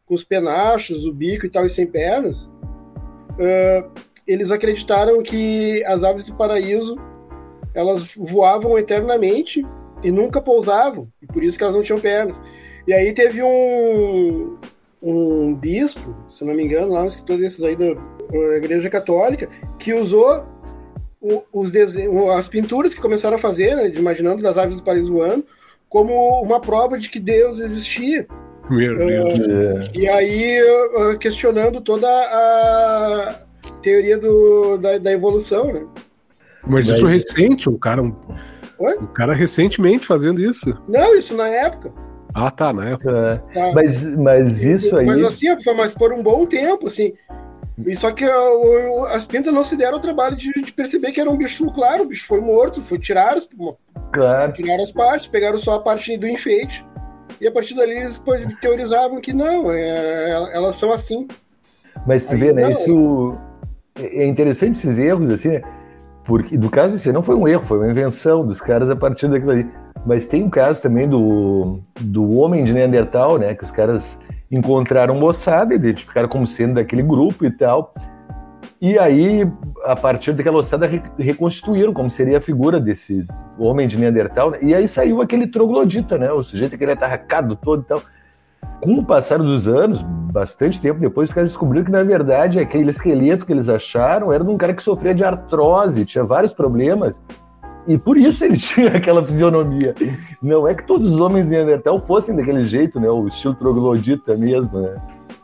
com os penachos, o bico e tal, e sem pernas, uh, eles acreditaram que as aves do paraíso, elas voavam eternamente e nunca pousavam, e por isso que elas não tinham pernas. E aí teve um, um bispo, se não me engano, lá um escritor desses aí da, da Igreja Católica, que usou o, os desenhos, as pinturas que começaram a fazer, né, imaginando das aves do paraíso voando, como uma prova de que Deus existia. Meu Deus. Uh, e aí uh, questionando toda a teoria do, da, da evolução, né? Mas isso é recente, um cara, um, um cara recentemente fazendo isso. Não, isso na época. Ah, tá, na época. É. Tá. Mas, mas isso aí... Mas assim, mas por um bom tempo, assim. E só que uh, as pintas não se deram o trabalho de, de perceber que era um bicho, claro, o bicho foi morto, foi tirar as, claro. tiraram as partes, pegaram só a parte do enfeite, e a partir dali eles teorizavam que não, é, elas são assim. Mas tu aí, vê, né, não, isso... É interessante esses erros, assim, né? Porque do caso esse não foi um erro, foi uma invenção dos caras a partir daquilo ali. Mas tem um caso também do, do homem de Neandertal, né? Que os caras encontraram moçada, identificaram como sendo daquele grupo e tal. E aí, a partir daquela ossada, reconstituíram como seria a figura desse homem de Neandertal. Né? E aí saiu aquele troglodita, né? O sujeito aquele atarracado todo e tal. Com o passar dos anos, bastante tempo depois, os caras descobriram que, na verdade, aquele esqueleto que eles acharam era de um cara que sofria de artrose, tinha vários problemas, e por isso ele tinha aquela fisionomia. Não é que todos os homens de Neandertal fossem daquele jeito, né? O estilo troglodita mesmo, né?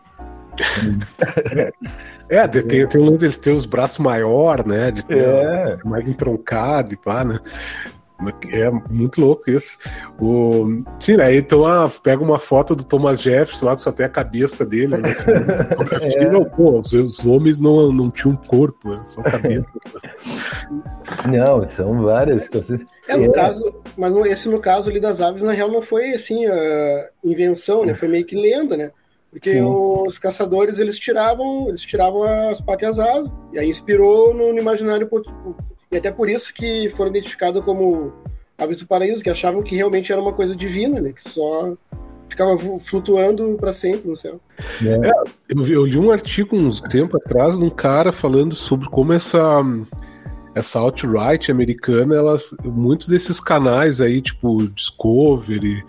É, tem, tem um lance deles ter os braços maiores, né? De ter é. mais entroncado e pá, né? É muito louco isso. O... Sim, né? Então ah, pega uma foto do Thomas Jefferson lá que só tem a cabeça dele. Né? É. Não, pô, os, os homens não, não tinham corpo, né? Só cabeça. Não, são várias coisas. É, no é. caso, mas esse no caso ali das aves, na real, não foi assim, a invenção, né? Foi meio que lenda, né? Porque Sim. os caçadores, eles tiravam, eles tiravam as patas e as asas. E aí inspirou no, no imaginário português. E até por isso que foram identificados como aves do paraíso, que achavam que realmente era uma coisa divina, né? Que só ficava flutuando para sempre no céu. É, eu, eu li um artigo uns tempo atrás de um cara falando sobre como essa, essa alt-right americana, elas, muitos desses canais aí, tipo Discovery,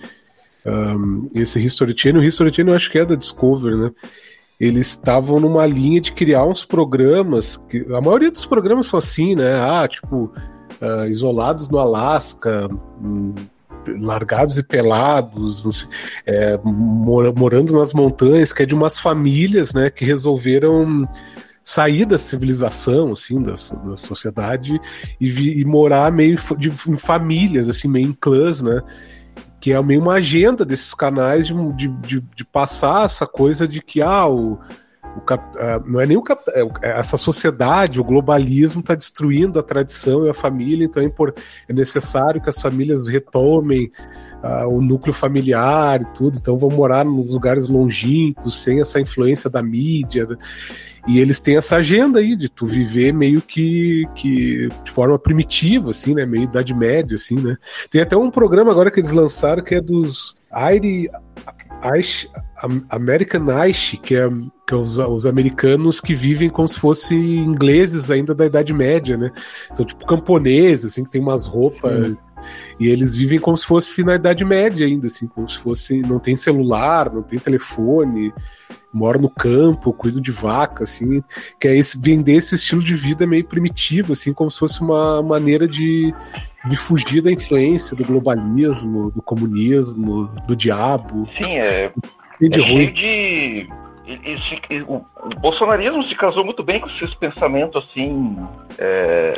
um, esse History Channel, o History Channel eu acho que é da Discovery, né? Eles estavam numa linha de criar uns programas, que a maioria dos programas são assim, né? Ah, tipo, uh, isolados no Alasca, um, largados e pelados, sei, é, mor- morando nas montanhas, que é de umas famílias, né, que resolveram sair da civilização, assim, da, da sociedade e, vi- e morar meio de, em famílias, assim, meio em clãs, né? Que é meio uma agenda desses canais de, de, de, de passar essa coisa de que ah, o, o cap, uh, não é nem o cap, é, essa sociedade, o globalismo está destruindo a tradição e a família, então é, import, é necessário que as famílias retomem uh, o núcleo familiar e tudo, então vão morar nos lugares longínquos, sem essa influência da mídia. E eles têm essa agenda aí de tu viver meio que, que de forma primitiva, assim, né? Meio Idade Média, assim, né? Tem até um programa agora que eles lançaram que é dos Irish, Irish, American Irish, que é, que é os, os americanos que vivem como se fossem ingleses ainda da Idade Média, né? São tipo camponeses, assim, que tem umas roupas... Sim. E eles vivem como se fosse na Idade Média ainda, assim, como se fosse... Não tem celular, não tem telefone... Moro no campo, cuido de vaca, assim, que é esse, vender esse estilo de vida meio primitivo, assim, como se fosse uma maneira de, de fugir da influência do globalismo, do comunismo, do diabo. Sim, é, é de é ruim. cheio de... Esse, o, o bolsonarismo se casou muito bem com esses pensamentos, assim, é,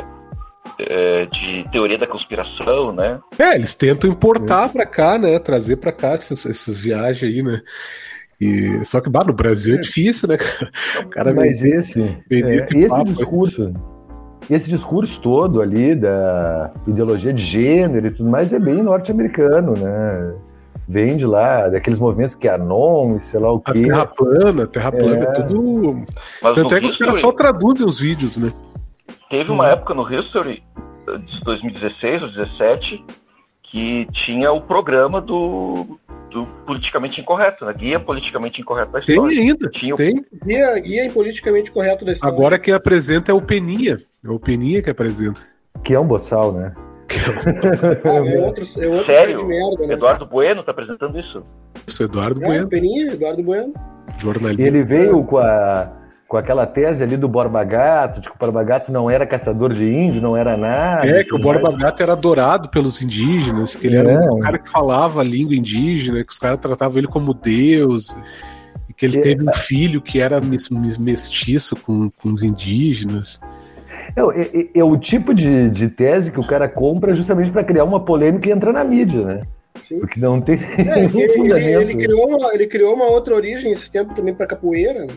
é, de teoria da conspiração, né? É, eles tentam importar é. pra cá, né, trazer pra cá essas, essas viagens aí, né. E, só que bah, no Brasil é difícil, né, cara? cara Mas vem, esse, vem é, esse, esse discurso, esse discurso todo ali da ideologia de gênero e tudo mais é bem norte-americano, né? Vem de lá, daqueles movimentos que Anon e sei lá o quê. A terra plana, terra plana, é tudo. Mas tanto é que os caras só traduzem os vídeos, né? Teve uma hum. época no History, de dois mil e dezesseis ou dois mil e dezessete, que tinha o programa do, do politicamente incorreto, né? Guia politicamente incorreto da história. Tem ainda, Tinha tem. O... Guia, guia politicamente correto da história. Agora quem apresenta é o Peninha. É o Peninha que apresenta. Que é um boçal, né? Ah, é outro, é outro Sério? de merda, né? Eduardo Bueno tá apresentando isso? Isso, Eduardo É, Bueno. Peninha, Eduardo Bueno. Jornalista. E ele veio com a, com aquela tese ali do Borba Gato, de que o Borba Gato não era caçador de índio, não era nada. É, que o Borba Gato era adorado pelos indígenas, que ele era É. um cara que falava a língua indígena, que os caras tratavam ele como Deus, e que ele É. teve um filho que era mes- mes- mestiço com, com os indígenas. É, é- é o tipo de, de tese que o cara compra justamente para criar uma polêmica e entrar na mídia, né? Sim. Porque não tem É, nenhum ele, ele, fundamento. ele criou uma, ele criou uma outra origem esse tempo também pra capoeira. Né?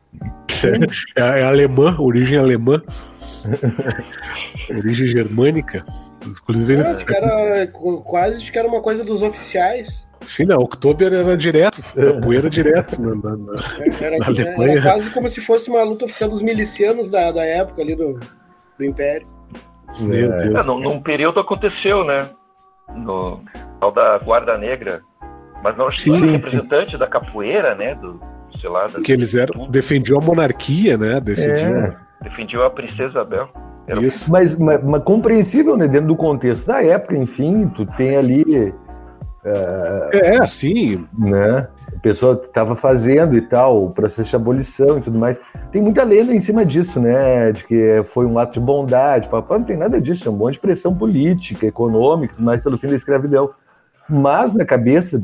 É, é alemã, origem alemã. Origem germânica. Inclusive eles. É, que era, quase que era uma coisa dos oficiais. Sim, não, Oktober era direto, capoeira direto na, na, na, Era, na era, Alemanha. era quase como se fosse uma luta oficial dos milicianos da, da época ali do, do Império. Meu Deus. É, num, num período aconteceu, né? No tal da Guarda Negra. Mas não acho que Sim, era sim. representante da capoeira, né? Do, sei lá, da, Que eles eram, defendiam a monarquia, né? Defendiam. É. defendiam a Princesa Isabel. Era Isso. Mas, mas, mas compreensível, né? Dentro do contexto da época, enfim, tu tem ali, É, assim, né? A pessoa que estava fazendo e tal, o processo de abolição e tudo mais. Tem muita lenda em cima disso, né? De que foi um ato de bondade. Papai, não tem nada disso, é um monte de pressão política, econômica, tudo mais pelo fim da escravidão. Mas na cabeça,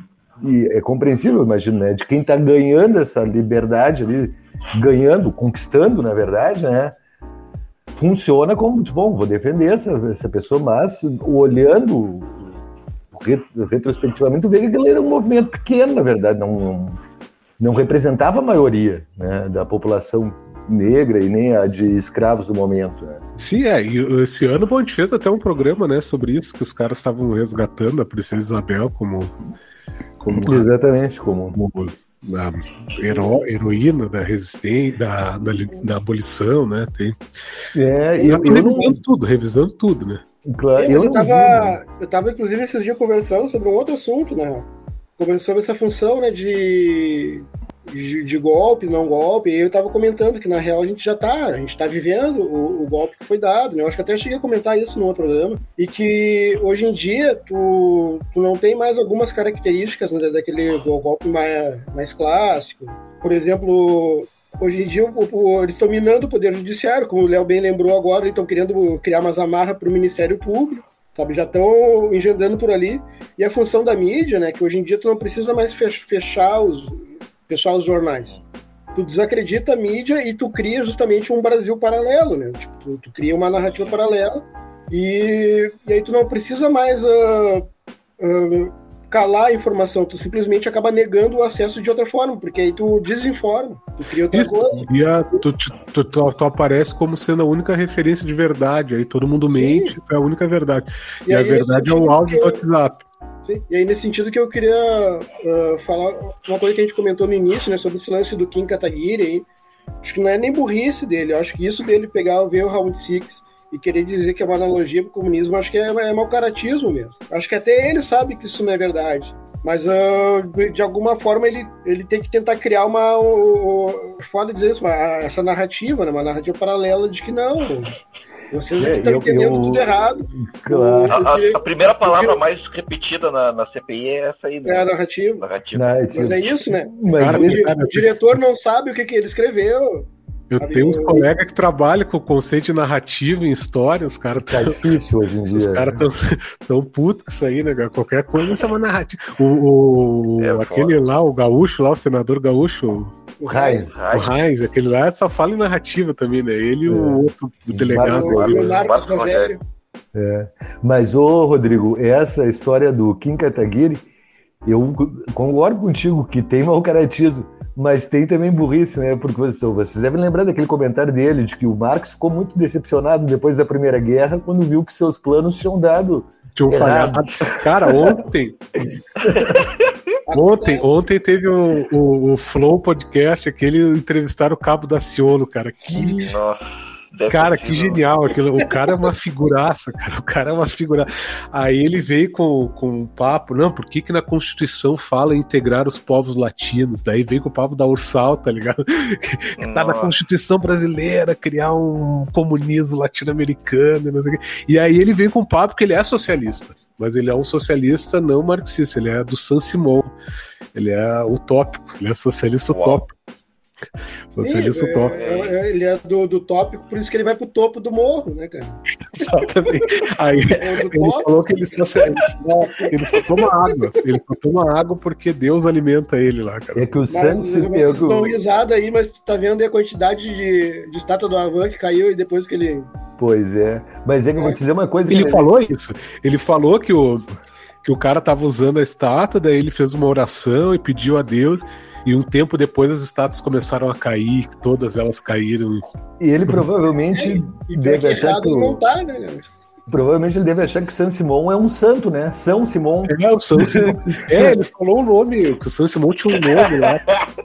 e é compreensível, imagino, né? De quem está ganhando essa liberdade ali, ganhando, conquistando, na verdade, né? Funciona como, bom, vou defender essa, essa pessoa, mas olhando retrospectivamente, tu vê que aquilo era um movimento pequeno, na verdade, não, não, não representava a maioria, né, da população negra e nem a de escravos do momento. Né. Sim, é, e esse ano a gente fez até um programa, né, sobre isso, que os caras estavam resgatando a Princesa Isabel como, como, Exatamente, como, como a hero, heroína da resistência, da, da, da abolição, né, tem... É, eu, eu, eu revisando não... tudo, revisando tudo, né. Claro, É, mas eu, eu, tava, tava, eu tava, inclusive, esses dias conversando sobre um outro assunto, né? Sobre essa função, né, de, de, de golpe, não golpe. E eu tava comentando que, na real, a gente já tá, a gente tá vivendo o, o golpe que foi dado, né? Eu acho que até cheguei a comentar isso no outro programa. E que, hoje em dia, tu, tu não tem mais algumas características, né, daquele golpe mais, mais clássico. Por exemplo... Hoje em dia, o, o, eles estão minando o Poder Judiciário, como o Léo bem lembrou agora, eles estão querendo criar umas amarras para o Ministério Público, sabe? Já estão engendrando por ali. E a função da mídia, né, que hoje em dia tu não precisa mais fechar os, fechar os jornais. Tu desacredita a mídia e tu cria justamente um Brasil paralelo, né? Tipo, tu, tu cria uma narrativa paralela e, e aí tu não precisa mais... Uh, uh, calar a informação, tu simplesmente acaba negando o acesso de outra forma, porque aí tu desinforma, tu cria outra Isso, coisa. E a, tu, tu, tu, tu aparece como sendo a única referência de verdade, aí todo mundo Sim. mente, é a única verdade. E, E a aí, verdade é nesse o áudio sentido do WhatsApp. Sim. E aí, nesse sentido que eu queria uh, falar uma coisa que a gente comentou no início, né, sobre esse lance do Kim Kataguiri, aí. Acho que não é nem burrice dele, eu acho que isso dele pegar, ver o Round Six e querer dizer que é uma analogia pro comunismo, acho que é, é mau caratismo mesmo. Acho que até ele sabe que isso não é verdade. Mas, uh, de alguma forma, ele, ele tem que tentar criar uma... Uh, foda dizer isso, uma, essa narrativa, né? Uma narrativa paralela de que não... Vocês É, estão eu- entendendo eu- tudo errado. Claro. A, Porque a- a primeira palavra mais repetida na, na C P I é essa aí, é né? a narrativa. Narrativa. Narrativa. Mas é isso, né? Mas Cara, O, esse- di- sabe, o diretor não sabe o que, que ele escreveu. Eu Sabe, tenho uns eu- colegas que trabalham com o conceito de narrativa em história, os caras tá tão, difícil hoje em dia. os caras tão, tão putos com isso aí, né, cara? Qualquer coisa isso é uma narrativa. O, o- É, aquele foda. lá, o gaúcho lá, o senador gaúcho, O Heinz. o Heinz, aquele lá só fala em narrativa também, né? Ele e É. o outro o delegado. O Marcos- Leonardo Marcos Rogério. Mas, ô Rodrigo, essa história do Kim Kataguiri, eu concordo contigo que tem mau caratismo, mas tem também burrice, né? Porque vocês devem lembrar daquele comentário dele, de que o Marx ficou muito decepcionado depois da Primeira Guerra, quando viu que seus planos tinham dado. Tinha um Errado. falhado. Cara, ontem. Ontem, ontem teve o, o, o Flow Podcast, aquele entrevistaram o Cabo da Ciolo, cara. Que, Nossa. Deve cara, que genial aquilo. O cara é uma figuraça, cara. O cara é uma figuraça. Aí ele veio com, com um papo, não, por que que na Constituição fala em integrar os povos latinos? Daí veio com o papo da Ursal, tá ligado? Que tá na Constituição brasileira, criar um comunismo latino-americano, não sei o quê. E aí ele veio com o papo que ele é socialista, mas ele é um socialista não marxista, ele é do Saint-Simon. Ele é utópico, ele é socialista Uau. utópico. Socialista Sim, utópico. É, é, ele é do, do tópico, por isso que ele vai pro topo do morro, né, cara? Exatamente. Aí É do ele topo. falou que ele só, ele, só, ele só toma água. Ele só toma água porque Deus alimenta ele lá, cara. É que o Mas Santos se vocês pegou. dão risada aí, mas tu tá vendo aí a quantidade de, de estátua do Avan que caiu e depois que ele... Pois é. Mas é que eu vou te dizer uma coisa. Ele que... falou isso. Ele falou que o, que o cara tava usando a estátua, daí ele fez uma oração e pediu a Deus. E um tempo depois as estátuas começaram a cair, todas elas caíram. E ele provavelmente E deve achar errado que o... não tá, né, cara? Provavelmente ele deve achar que San Simão é um santo, né? São Simão. É, o São Simão. É, ele falou o nome, que o São Simão tinha um nome lá.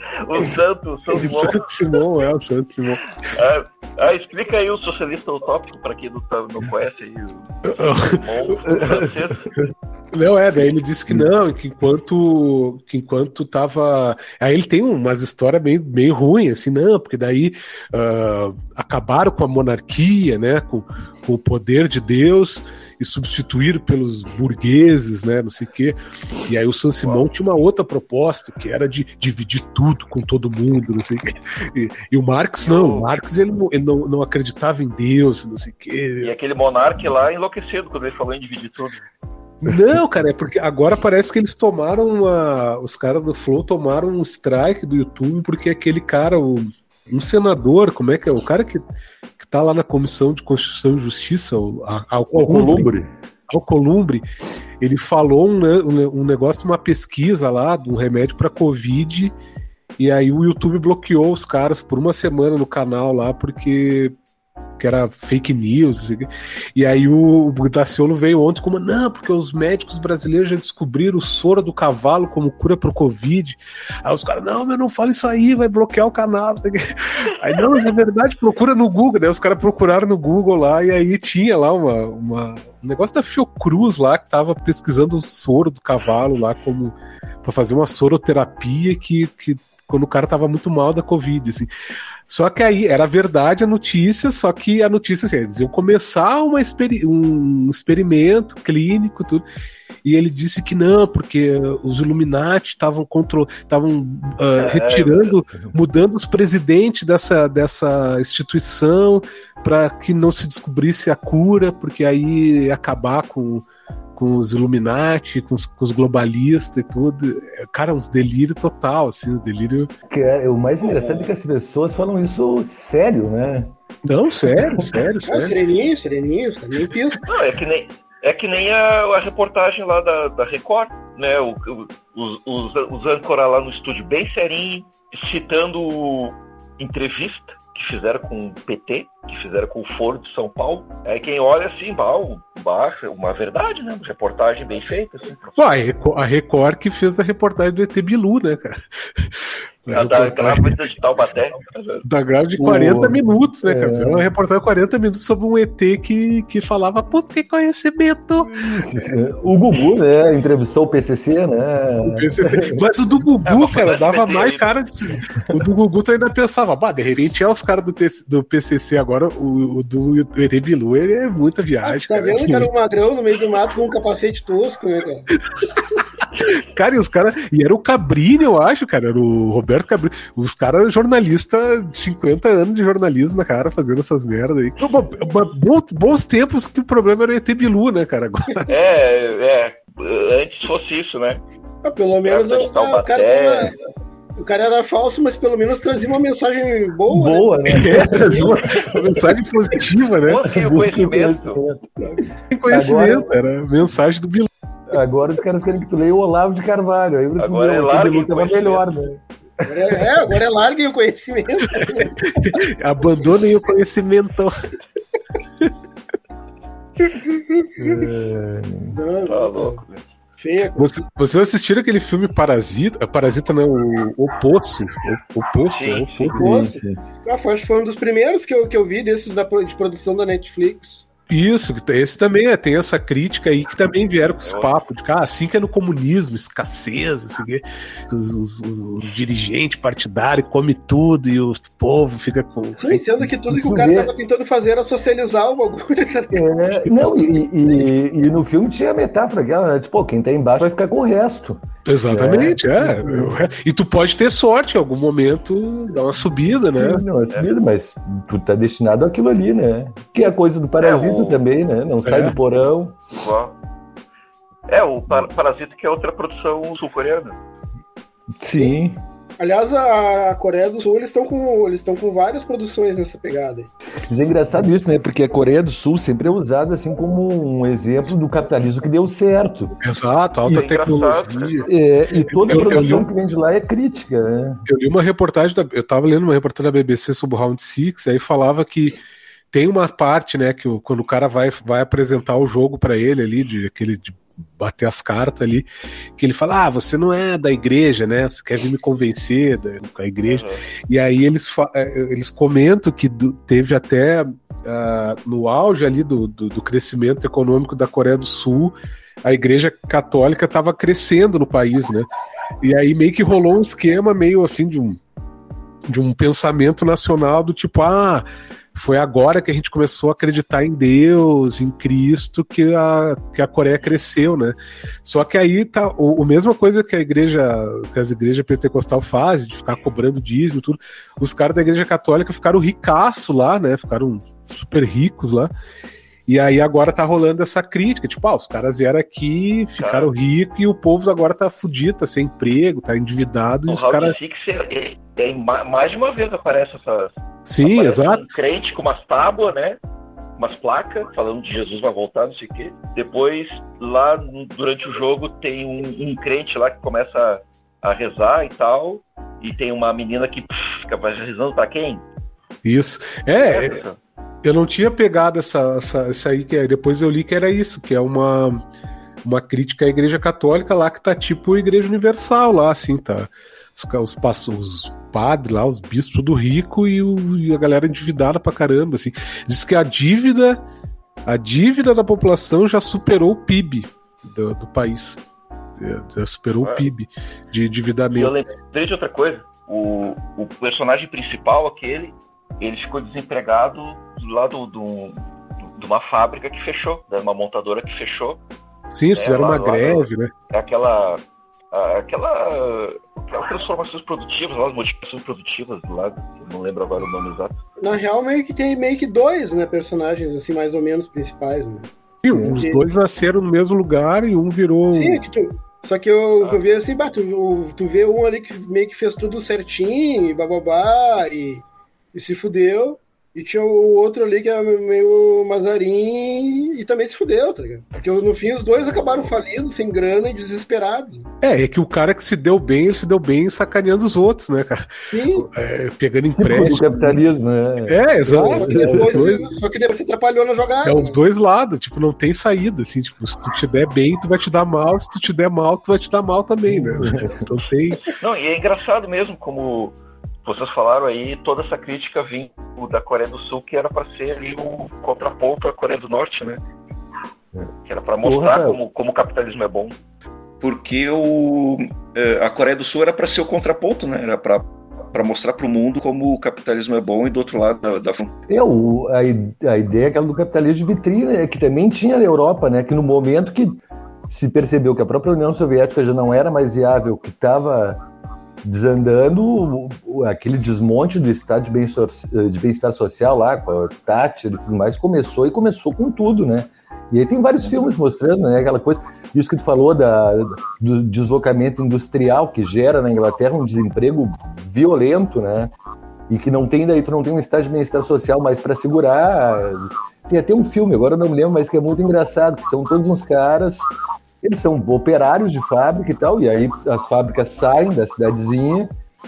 O Santo, São O Simão. Santo Simão, é, o Santo Simão. Ah, ah, explica aí o socialista utópico, pra quem não, tá, não conhece aí o Simão francês. Não, é, daí ele disse que não, que enquanto, que enquanto tava... Aí ele tem umas histórias meio, meio ruins, assim, não, porque daí uh, acabaram com a monarquia, né, com, com o poder de Deus e substituíram pelos burgueses, né, não sei o quê. E aí o San Simão tinha uma outra proposta, que era de dividir tudo com todo mundo, não sei o quê. E, e o Marx não, o Marx ele, não, ele não, não acreditava em Deus, não sei o quê. E aquele monarca lá enlouquecido quando ele falou em dividir tudo. Não, cara, é porque agora parece que eles tomaram uma... Os caras do Flow tomaram um strike do YouTube porque aquele cara, o, um senador, como é que é? O cara que, que tá lá na Comissão de Constituição e Justiça, o Alcolumbre, Alcolumbre, ele falou um, um negócio de uma pesquisa lá, de um remédio para Covid, e aí o YouTube bloqueou os caras por uma semana no canal lá, porque... que era fake news, e aí o, o Daciolo veio ontem como, não, porque os médicos brasileiros já descobriram o soro do cavalo como cura pro Covid. Aí os caras, não, mas não fala isso aí, vai bloquear o canal. Aí, não, mas é verdade, procura no Google, né? Os caras procuraram no Google lá, e aí tinha lá uma, uma, um negócio da Fiocruz lá, que tava pesquisando o soro do cavalo lá, como para fazer uma soroterapia que, que quando o cara tava muito mal da Covid, assim. Só que aí era verdade a notícia, só que a notícia, assim, eles iam começar uma experi- um experimento clínico, tudo, e ele disse que não, porque os Illuminati estavam contro- estavam uh, retirando, mudando os presidentes dessa, dessa instituição para que não se descobrisse a cura, porque aí ia acabar com com os Illuminati, com os, com os globalistas e tudo. Cara, uns delírio total, assim, uns delírio... Que é, o mais interessante é que as pessoas falam isso sério, né? Não, sério, sério, Ah, sério. sereninho, sereninho, tá nem pisca. Não, é que nem, é que nem a, a reportagem lá da, da Record, né? O, o, os, os, os âncora lá no estúdio bem serinho, citando entrevista que fizeram com o P T, que fizeram com o Foro de São Paulo. Aí quem olha assim, baixa, uma verdade, né? Uma reportagem bem feita. Assim, Pô, a Record, a Record que fez a reportagem do E T Bilu, né, cara? A da grávida de Taubaté. Da grávida de quarenta o... minutos, né, cara? É. Uma reportagem de quarenta minutos sobre um E T que, que falava, pô, que conhecimento! O Gugu, né? Entrevistou o P C C, né? O P C C. Mas o do Gugu, É, mas cara, dava aí. mais cara de... O do Gugu tu ainda pensava, bah, de repente é os caras do, T- do P C C, agora o, o do E T Bilu, ele é muita viagem, Tá cara. vendo que era um magrão no meio do mato com um capacete tosco, né, cara? Cara, e os caras. E era o Cabrini, eu acho, cara. Era o Roberto Cabrini. Os caras, jornalistas de cinquenta anos de jornalismo na cara, fazendo essas merdas aí. Uma, uma, bons, bons tempos que o problema era o E T Bilu, né, cara? Agora. É, é. Antes fosse isso, né? Ah, pelo menos Grávida de o, o, cara Taubaté. era, o cara era falso, mas pelo menos trazia uma mensagem boa. Boa, né? É, trazer uma, uma mensagem positiva, né? Busquem o conhecimento. Tem conhecimento, era mensagem do Bilu. Agora os caras querem que tu leia o Olavo de Carvalho. Aí Agora é o larga Bilu o tava melhor, né? Agora é, é, agora é larguem o conhecimento. Abandonem o conhecimento. Não, Tá louco, velho. Feia. Você, vocês assistiram aquele filme Parasita? Parasita não, o, o Poço. O, o Poço, Sim, é o sim, Poço. Sim. Ah, foi, acho que foi um dos primeiros que eu, que eu vi desses da, de produção da Netflix. Isso, esse também é, tem essa crítica aí que também vieram com esse papo de que ah, assim que é no comunismo, escassez, assim, que os, os, os, os dirigentes partidários comem tudo e o povo fica com... Sim, sendo que tudo que o cara tava tentando fazer era socializar o bagulho. É, não, e, e, e no filme tinha a metáfora aquela, né? Tipo, quem tá embaixo vai ficar com o resto. Exatamente, é. é. E tu pode ter sorte em algum momento, dar uma subida, Sim, né? Não, uma subida, é. Mas tu tá destinado àquilo ali, né? Que é a coisa do Parasita é, o... também, né? Não sai é. do porão. É, o Parasita que é outra produção sul-coreana. Sim. Aliás, a Coreia do Sul, eles estão com, eles estão com várias produções nessa pegada. Mas é engraçado isso, né? Porque a Coreia do Sul sempre é usada assim como um exemplo do capitalismo que deu certo. Exato, alta e tecnologia. É, e toda a produção eu, que vem de lá é crítica, né? Eu li uma reportagem, da, eu estava lendo uma reportagem da B B C sobre o Round Six, aí falava que tem uma parte, né, que o, quando o cara vai, vai apresentar o jogo para ele ali, de aquele de bater as cartas ali, que ele fala, ah, você não é da igreja, né, você quer vir me convencer da, da igreja, uhum. E aí eles, eles comentam que do, teve até uh, no auge ali do, do, do crescimento econômico da Coreia do Sul, a igreja católica estava crescendo no país, né, e aí meio que rolou um esquema meio assim de um, de um pensamento nacional do tipo, ah, foi agora que a gente começou a acreditar em Deus, em Cristo, que a, que a Coreia cresceu, né? Só que aí tá o, a mesma coisa que a igreja, que as igrejas pentecostal fazem, de ficar cobrando dízimo e tudo. Os caras da igreja católica ficaram ricaço lá, né? Ficaram super ricos lá. E aí agora tá rolando essa crítica, tipo, ah, os caras vieram aqui, ficaram ricos e o povo agora tá fudido, tá sem emprego, tá endividado. O e os caras... é, é, mais de uma vez aparece essa... Sim, aparece exato. Um crente com umas tábuas, né? Umas placas, falando de Jesus vai voltar, não sei o quê. Depois, lá durante o jogo, tem um, um crente lá que começa a, a rezar e tal, e tem uma menina que pff, fica rezando pra quem? Isso. É... é... Eu não tinha pegado essa, essa, essa aí, que é, depois eu li que era isso, que é uma, uma crítica à Igreja Católica lá, que tá tipo Igreja Universal lá, assim, tá? Os, os, os padres lá, os bispos tudo rico e, o, e a galera endividada pra caramba, assim. Diz que a dívida, a dívida da população já superou o P I B do, do país. Já superou ah. o P I B de endividamento. E eu lembrei de outra coisa. O, o personagem principal, aquele, ele ficou desempregado lá do, do, de uma fábrica que fechou, de uma montadora que fechou. Sim, eles fizeram uma greve, né? É aquela, aquela, aquelas transformações produtivas, as modificações produtivas do lado, não lembro agora o nome exato. Na real, meio que tem meio que dois, né, personagens, assim, mais ou menos principais, né? Sim, os dois nasceram no mesmo lugar e um virou... Sim, que tu... Só que eu, ah. eu vi assim, bah, tu, tu vê um ali que meio que fez tudo certinho, e bababá, e, e se fudeu. E tinha o outro ali que é meio mazarim e também se fudeu, tá ligado? Porque no fim os dois acabaram falidos, sem grana e desesperados. É, é que o cara que se deu bem, ele se deu bem sacaneando os outros, né, cara? Sim. É, pegando empréstimo. O capitalismo, né? É, exato. Só que, depois, dois... só que depois você atrapalhou na jogada. É os dois lados, tipo, não tem saída, assim, tipo, se tu te der bem, tu vai te dar mal, se tu te der mal, tu vai te dar mal também, né? Então tem... Não, e é engraçado mesmo, como vocês falaram aí, toda essa crítica vinha da Coreia do Sul, que era para ser ali o contraponto à Coreia do Norte, né? Que era para mostrar Porra, como, como o capitalismo é bom. Porque o, a Coreia do Sul era para ser o contraponto, né? Era para para mostrar para o mundo como o capitalismo é bom e do outro lado da, da... É, o, a, a ideia é aquela do capitalismo de vitrine, né? Que também tinha na Europa, né? Que no momento que se percebeu que a própria União Soviética já não era mais viável, que estava desandando, aquele desmonte do estado de bem-estar, de bem-estar social lá, com a Thatcher e tudo mais, começou e começou com tudo, né? E aí tem vários filmes mostrando, né, aquela coisa, isso que tu falou da, do deslocamento industrial que gera na Inglaterra um desemprego violento, né? E que não tem, daí tu não tem um estado de bem-estar social mais para segurar. Tem até um filme, agora eu não me lembro, mas que é muito engraçado, que são todos uns caras... Eles são operários de fábrica e tal, e aí as fábricas saem da cidadezinha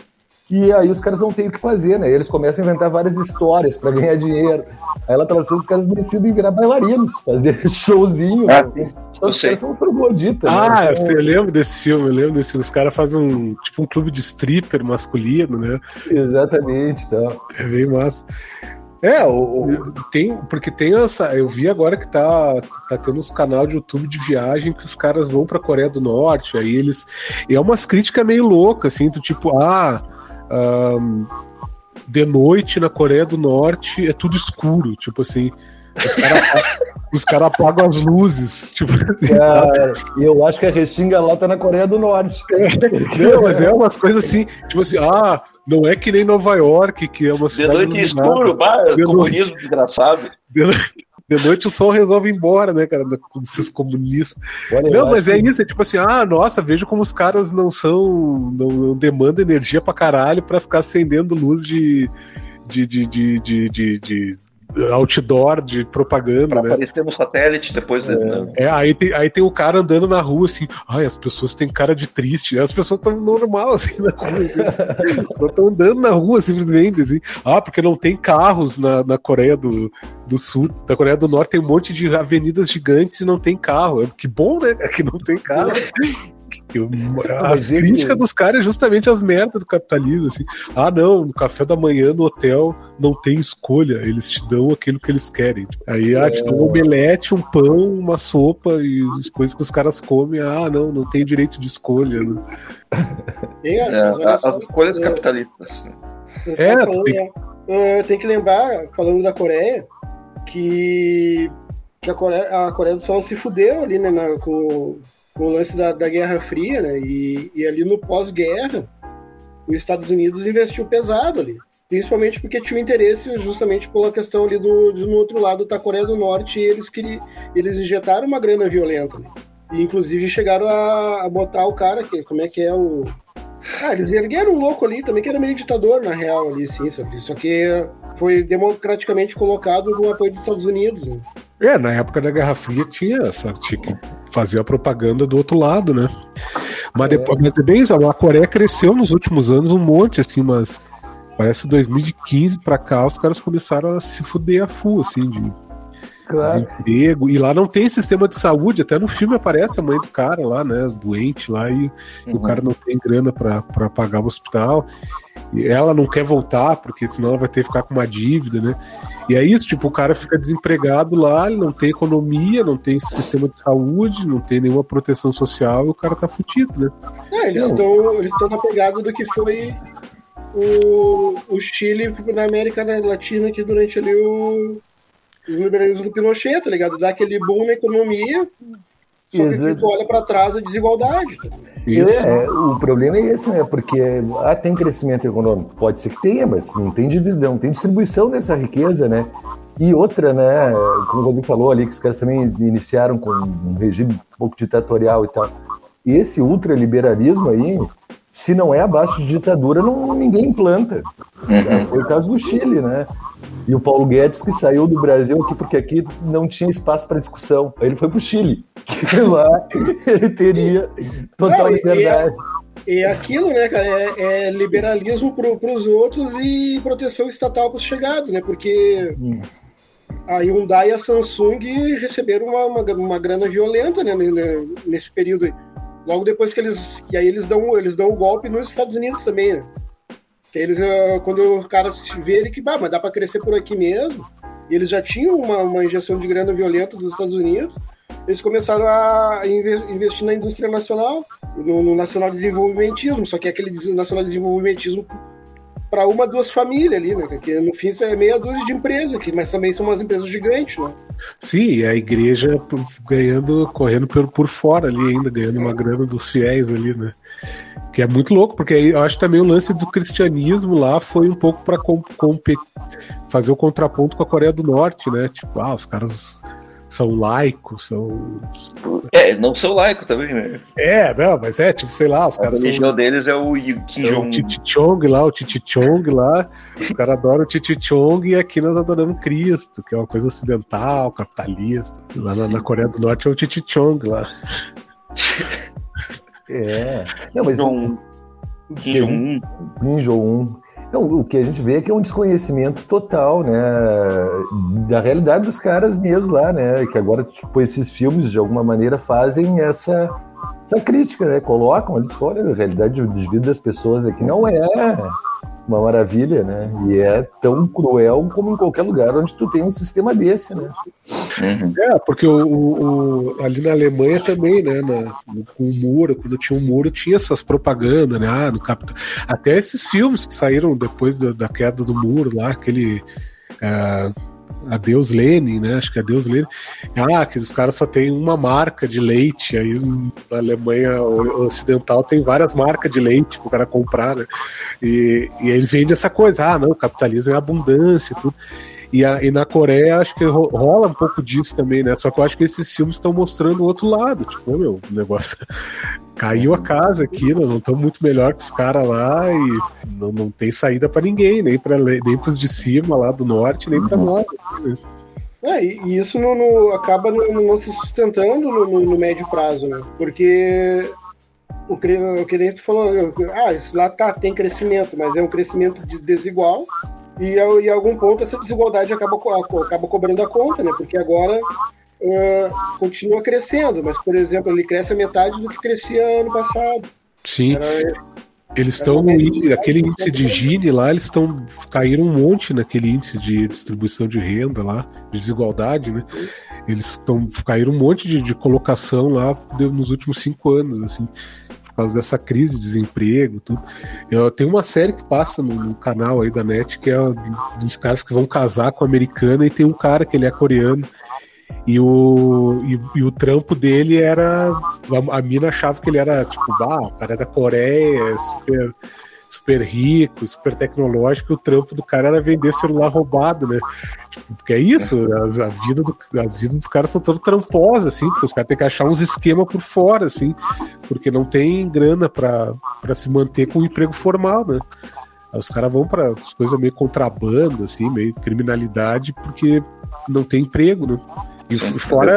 E aí os caras não têm o que fazer, né? Eles começam a inventar várias histórias para ganhar dinheiro. Aí ela trazendo os caras decidem virar bailarinos, fazer showzinho. Ah, sim. Então, os caras são os trogloditas. Ah, né? então, eu lembro desse filme, eu lembro desse filme. Os caras fazem um tipo um clube de stripper masculino, né? Exatamente, então. É bem massa. É, o, o, tem, porque tem essa. Eu vi agora que tá, tá tendo uns canais de YouTube de viagem que os caras vão pra Coreia do Norte, aí eles. E é umas críticas meio loucas, assim, do tipo, ah. Um, de noite na Coreia do Norte é tudo escuro, tipo assim, os caras cara apagam as luzes, tipo assim. Cara, eu acho que a Restinga lá tá na Coreia do Norte. Não, mas é umas coisas assim, tipo assim, ah, não é que nem Nova York, que é uma cidade de noite escuro, bah, de comunismo noite. Desgraçado. De noite... De noite o sol resolve ir embora, né, cara, desses comunistas. Olha, não, mas é que... isso, é tipo assim, ah, nossa, veja como os caras não são, não, não demandam energia pra caralho pra ficar acendendo luz de de, de, de, de, de, de outdoor, de propaganda, pra né? aparecer no satélite depois. É, de... é aí, tem, aí tem o cara andando na rua assim, ai, as pessoas têm cara de triste, as pessoas estão normal assim na rua, assim, só estão andando na rua simplesmente, assim, ah, porque não tem carros na, na Coreia do, do Sul, na Coreia do Norte tem um monte de avenidas gigantes e não tem carro, que bom, né, que não tem carro. As críticas que... dos caras é justamente as merdas do capitalismo, assim. Ah, não, no café da manhã no hotel não tem escolha, eles te dão aquilo que eles querem. Aí, ah, te dão um omelete, um pão, uma sopa e as coisas que os caras comem. Ah, não, não tem direito de escolha. Né? É, as só, escolhas é, capitalistas. É, falando, tem... É, tem que lembrar, falando da Coreia, que, que a, Coreia, a Coreia do Sul se fudeu ali, né, na, com com o lance da, da Guerra Fria, né? E, e ali no pós-guerra, os Estados Unidos investiu pesado ali. Principalmente porque tinha um interesse justamente pela questão ali do, de no outro lado da Coreia do Norte, e eles, queriam, eles injetaram uma grana violenta. Né? E inclusive chegaram a, a botar o cara, que, como é que é o... Ah, eles ergueram um louco ali também, que era meio ditador, na real, ali, sim, sabe? Só que foi democraticamente colocado no apoio dos Estados Unidos, né? É, na época da Guerra Fria tinha, essa, tinha que fazer a propaganda do outro lado, né? Mas, é. depois, mas é bem isso, a Coreia cresceu nos últimos anos um monte, assim, mas parece dois mil e quinze pra cá os caras começaram a se fuder a full, assim, de claro. Desemprego. E lá não tem sistema de saúde, até no filme aparece a mãe do cara lá, né, doente lá, e, uhum. e o cara não tem grana pra, pra pagar o hospital. E ela não quer voltar, porque senão ela vai ter que ficar com uma dívida, né? E é isso, tipo, o cara fica desempregado lá, ele não tem economia, não tem sistema de saúde, não tem nenhuma proteção social e o cara tá fudido, né? É, eles estão eles estão na pegada do que foi o, o Chile na América Latina aqui durante ali o, o liberalismo do Pinochet, tá ligado? Dá aquele boom na economia, só que tu olha pra trás a desigualdade. Isso. É, o problema é esse, né? Porque ah, tem crescimento econômico, pode ser que tenha, mas não tem divisão, não tem distribuição dessa riqueza, né? E outra, né? Como o Rodrigo falou ali, que os caras também iniciaram com um regime um pouco ditatorial e tal. E esse ultraliberalismo aí, se não é abaixo de ditadura, não, ninguém implanta. Uhum. Foi o caso do Chile, né? E o Paulo Guedes que saiu do Brasil aqui porque aqui não tinha espaço para discussão. Aí ele foi pro Chile. Que lá ele teria total não, liberdade. E, é, e aquilo, né, cara, é, é liberalismo pro, pros outros e proteção estatal pros chegados, né? Porque hum. a Hyundai e a Samsung receberam uma, uma, uma grana violenta, né, nesse período aí. Logo depois que eles... E aí eles dão, eles dão o golpe nos Estados Unidos também, né? Que eles, quando o cara vê ele que, bah, mas dá para crescer por aqui mesmo, e eles já tinham uma, uma injeção de grana violenta dos Estados Unidos, eles começaram a investir na indústria nacional, no, no nacional desenvolvimentismo, só que é aquele nacional desenvolvimentismo para uma, duas famílias ali, né? Que no fim isso é meia dúzia de empresas, que, mas também são umas empresas gigantes, né? Sim, e a igreja ganhando, correndo por, por fora ali ainda, ganhando uma grana dos fiéis ali, né? Que é muito louco, porque eu acho também o lance do cristianismo lá foi um pouco para fazer o contraponto com a Coreia do Norte, né? Tipo, ah, os caras são laicos, são... É, não são laicos também, né? É, não, mas é, tipo, sei lá, os a caras... A religião são... deles é o Kim Jong. É o Chichichong lá, o Chichichong lá, os caras adoram o Chichichong e aqui nós adoramos Cristo, que é uma coisa ocidental, capitalista. Lá na, na Coreia do Norte é o Chichichong lá. É, não, mas... Não... Kim Jong-un. Kim Jong-un. Então, o que a gente vê é que é um desconhecimento total, né, da realidade dos caras mesmo lá, né, que agora, tipo, esses filmes, de alguma maneira, fazem essa, essa crítica, né, colocam ali fora a realidade de vida das pessoas aqui. Não é uma maravilha, né, e é tão cruel como em qualquer lugar onde tu tem um sistema desse, né. Uhum. É, porque o, o, o, ali na Alemanha também, né, na, no, com o muro, quando tinha um muro, tinha essas propagandas, né, ah, no Capitão. Até esses filmes que saíram depois da, da queda do muro lá, aquele uh, Adeus Lenin, né, acho que é Adeus Lenin, ah, que os caras só tem uma marca de leite, aí na Alemanha ocidental tem várias marcas de leite pro cara comprar, né, e, e eles vendem essa coisa, ah, não, o capitalismo é abundância e tudo. E, a, e na Coreia acho que rola um pouco disso também, né? Só que eu acho que esses filmes estão mostrando o outro lado. Tipo, meu, o negócio caiu a casa aqui, não estão muito melhor que os caras lá e não, não tem saída para ninguém, nem para nem pros de cima lá do norte, nem para nós. Né? É, e isso não, não, acaba não, não se sustentando no, no, no médio prazo, né? Porque o que, o que a gente falou, ah, isso lá tá, tem crescimento, mas é um crescimento de desigual. E em algum ponto essa desigualdade acaba, acaba cobrando a conta, né? Porque agora uh, continua crescendo, mas, por exemplo, ele cresce a metade do que crescia ano passado. Sim. Era, eles estão no índice, aquele índice de Gini lá, eles estão caíram um monte naquele índice de distribuição de renda lá, de desigualdade, né? Eles estão caíram um monte de, de colocação lá nos últimos cinco anos, assim. Por causa dessa crise de desemprego, tudo. Eu tenho uma série que passa no, no canal aí da net, que é dos caras que vão casar com a americana, e tem um cara que ele é coreano, e o, e, e o trampo dele era, a, a mina achava que ele era tipo, ah, o cara é da Coreia, super, super rico, super tecnológico, e o trampo do cara era vender celular roubado, né? Tipo, porque é isso, as, a vida do, as vidas dos caras são todas tramposas, assim, porque os caras têm que achar uns esquemas por fora, assim, porque não tem grana pra, pra se manter com um emprego formal, né? Os caras vão pra as coisas meio contrabando, assim, meio criminalidade, porque não tem emprego, né? E Sim, fora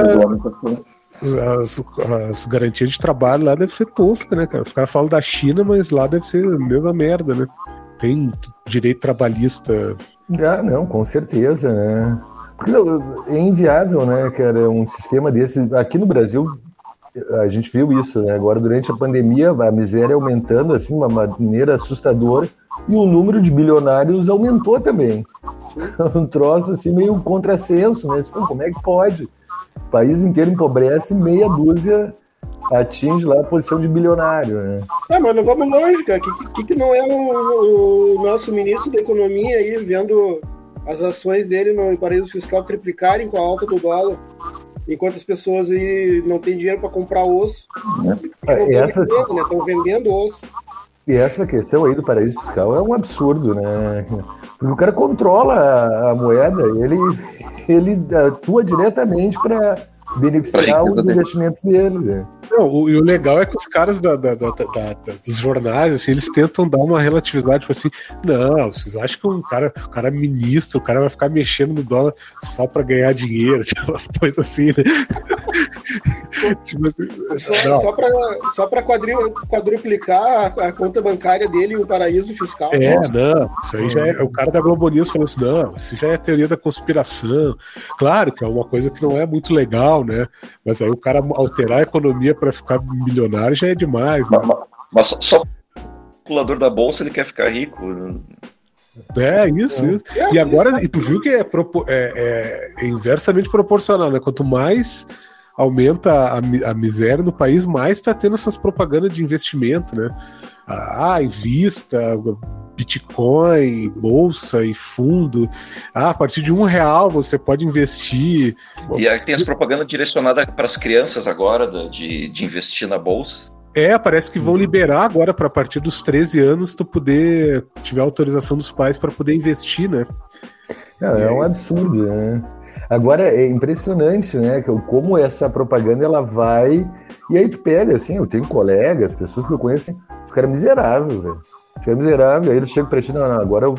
as, as garantias de trabalho lá deve ser tosca, né, cara? Os caras falam da China, mas lá deve ser a mesma merda, né? Tem direito trabalhista. Ah, não, com certeza, né? Porque não, é inviável, né, cara, um sistema desse. Aqui no Brasil, a gente viu isso, né? Agora, durante a pandemia, a miséria aumentando, assim, de uma maneira assustadora, e o número de bilionários aumentou também. Um troço, assim, meio contrassenso, né? Pô, como é que pode? O país inteiro empobrece, meia dúzia atinge lá a posição de bilionário, né? Ah, mas não vamos longe, cara. Que, que, que não é o, o nosso ministro da Economia aí, vendo as ações dele no paraíso fiscal triplicarem com a alta do dólar, enquanto as pessoas aí não têm dinheiro para comprar osso. É. Essas... Estão né? vendendo osso. E essa questão aí do paraíso fiscal é um absurdo, né? Porque o cara controla a, a moeda, ele, ele atua diretamente para beneficiar os investimentos dele, né? Não, o, e o legal é que os caras da, da, da, da, da, dos jornais, assim, eles tentam dar uma relatividade, tipo assim, não, vocês acham que um cara, o cara é ministro, o cara vai ficar mexendo no dólar só pra ganhar dinheiro, tipo, umas coisas assim, né? tipo assim, só, só pra, só pra quadri, quadruplicar a, a conta bancária dele em um paraíso fiscal. É, nossa. Não, isso aí já é, o cara da Globo News falou assim, não, isso já é teoria da conspiração. Claro que é uma coisa que não é muito legal, né? Mas aí o cara alterar a economia para ficar milionário já é demais, né? Mas, mas só o calculador da bolsa ele quer ficar rico. É, isso, é. isso. E agora, e tu viu que é, propor, é, é inversamente proporcional, né? Quanto mais aumenta a, a miséria no país, mais tá tendo essas propagandas de investimento, né? Ah, invista, Bitcoin, bolsa e fundo. Ah, a partir de um real você pode investir. E aí tem as propagandas direcionadas para as crianças agora de, de investir na bolsa. É, parece que vão liberar agora para a partir dos treze anos tu poder, tiver autorização dos pais para poder investir, né? Não, é um absurdo, né? Agora é impressionante, né? Como essa propaganda ela vai. E aí tu pega, assim, eu tenho colegas, pessoas que eu conheço, assim, o cara é miserável, velho. Você é miserável, aí eles chegam pra ti, não, não, agora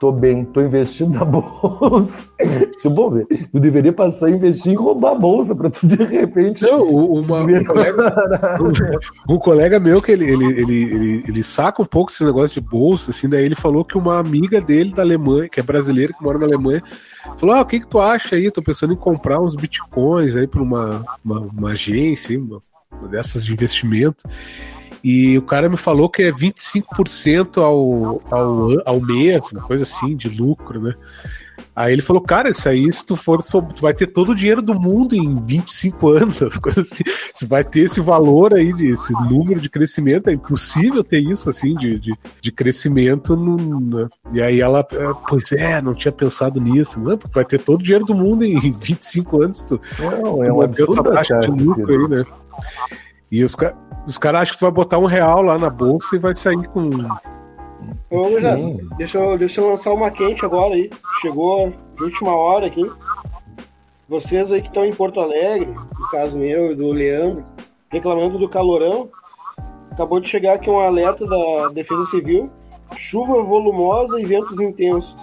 tô bem, tô investindo na bolsa. Se bom ver, tu deveria passar a investir em roubar a bolsa pra tu de repente. Não, uma, um, colega, um, um colega meu que ele, ele, ele, ele, ele saca um pouco esse negócio de bolsa, assim, daí ele falou que uma amiga dele da Alemanha, que é brasileira, que mora na Alemanha, falou: ah, o que que tu acha aí? Tô pensando em comprar uns bitcoins aí pra uma, uma, uma agência, uma, uma dessas de investimento. E o cara me falou que é vinte e cinco por cento ao, ao, ao mês, uma coisa assim, de lucro, né? Aí ele falou: cara, isso aí, se tu for, tu vai ter todo o dinheiro do mundo em vinte e cinco anos, coisa assim. Você vai ter esse valor aí, de, esse número de crescimento, é impossível ter isso, assim, de, de, de crescimento. No, no... E aí ela, pois é, não tinha pensado nisso, não, porque vai ter todo o dinheiro do mundo em vinte e cinco anos, tu, não, tu é uma essa taxa de lucro aí, né? E os caras os cara acham que tu vai botar um real lá na bolsa e vai sair com... Ô, já, deixa, eu, deixa eu lançar uma quente agora aí. Chegou de última hora aqui. Vocês aí que estão em Porto Alegre, no caso meu e do Leandro, reclamando do calorão, acabou de chegar aqui um alerta da Defesa Civil: chuva volumosa e ventos intensos.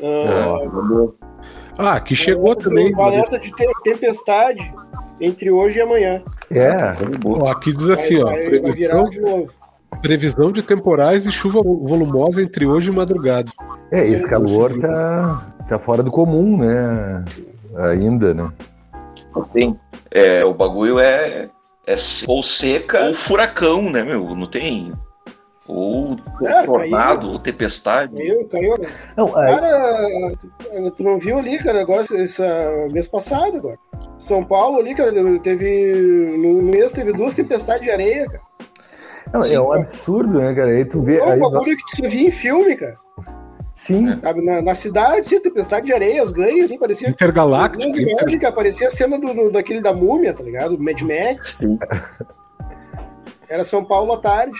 Uh, ah, aqui chegou também. Um alerta de tempestade entre hoje e amanhã. É, ó, aqui diz assim, vai, ó, vai, vai virar de novo. Previsão de temporais e chuva volumosa entre hoje e madrugada. É, esse calor tá, tá fora do comum, né? Ainda, né? Tem. É, o bagulho é, é ou seca ou furacão, né, meu? Não tem. Ou é, tornado, caiu, ou tempestade. Caiu, caiu. Não, cara, tu não viu ali, cara, agora, esse mês passado, agora. São Paulo ali, cara, teve. No mês teve duas tempestades de areia, cara. Não, sim, é um absurdo, né, cara? Aí tu vê. É um bagulho que você via em filme, cara. Sim. Sabe, na, na cidade, sim, tempestade de areia, as ganhas, assim, parecia. Intergaláctico. Nas imagens, Inter... cara, parecia a cena do, do, daquele da múmia, tá ligado? Mad Max. Sim. Era São Paulo à tarde.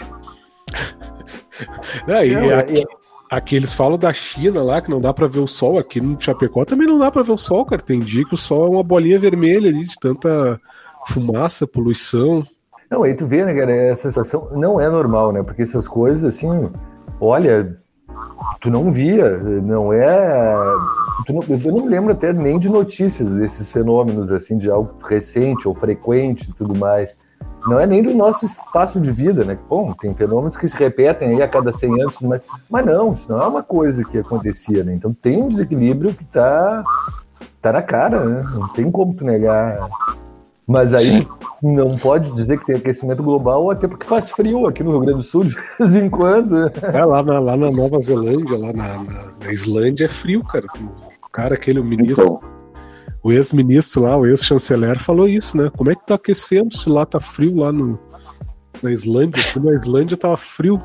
Não, e não, aqui, é... aqui eles falam da China lá, que não dá pra ver o sol. Aqui no Chapecó também não dá pra ver o sol, cara. Tem dia que o sol é uma bolinha vermelha ali, de tanta fumaça, poluição. Não, aí tu vê, né, cara, essa situação não é normal, né, porque essas coisas, assim, olha, tu não via, não é... Tu não, eu não me lembro até nem de notícias desses fenômenos, assim, de algo recente ou frequente e tudo mais. Não é nem do nosso espaço de vida, né, bom, tem fenômenos que se repetem aí a cada cem anos, mas, mas não, isso não é uma coisa que acontecia, né, então tem um desequilíbrio que tá, tá na cara, né, não tem como tu negar... Mas aí Sim. não pode dizer que tem aquecimento global, até porque faz frio aqui no Rio Grande do Sul de vez em quando. É, lá na, lá na Nova Zelândia, lá na, na, na Islândia é frio, cara. O cara, aquele o ministro, então. o ex-ministro lá, o ex-chanceler, falou isso, né? Como é que tá aquecendo se lá tá frio lá no, na Islândia? Aqui na Islândia tava frio.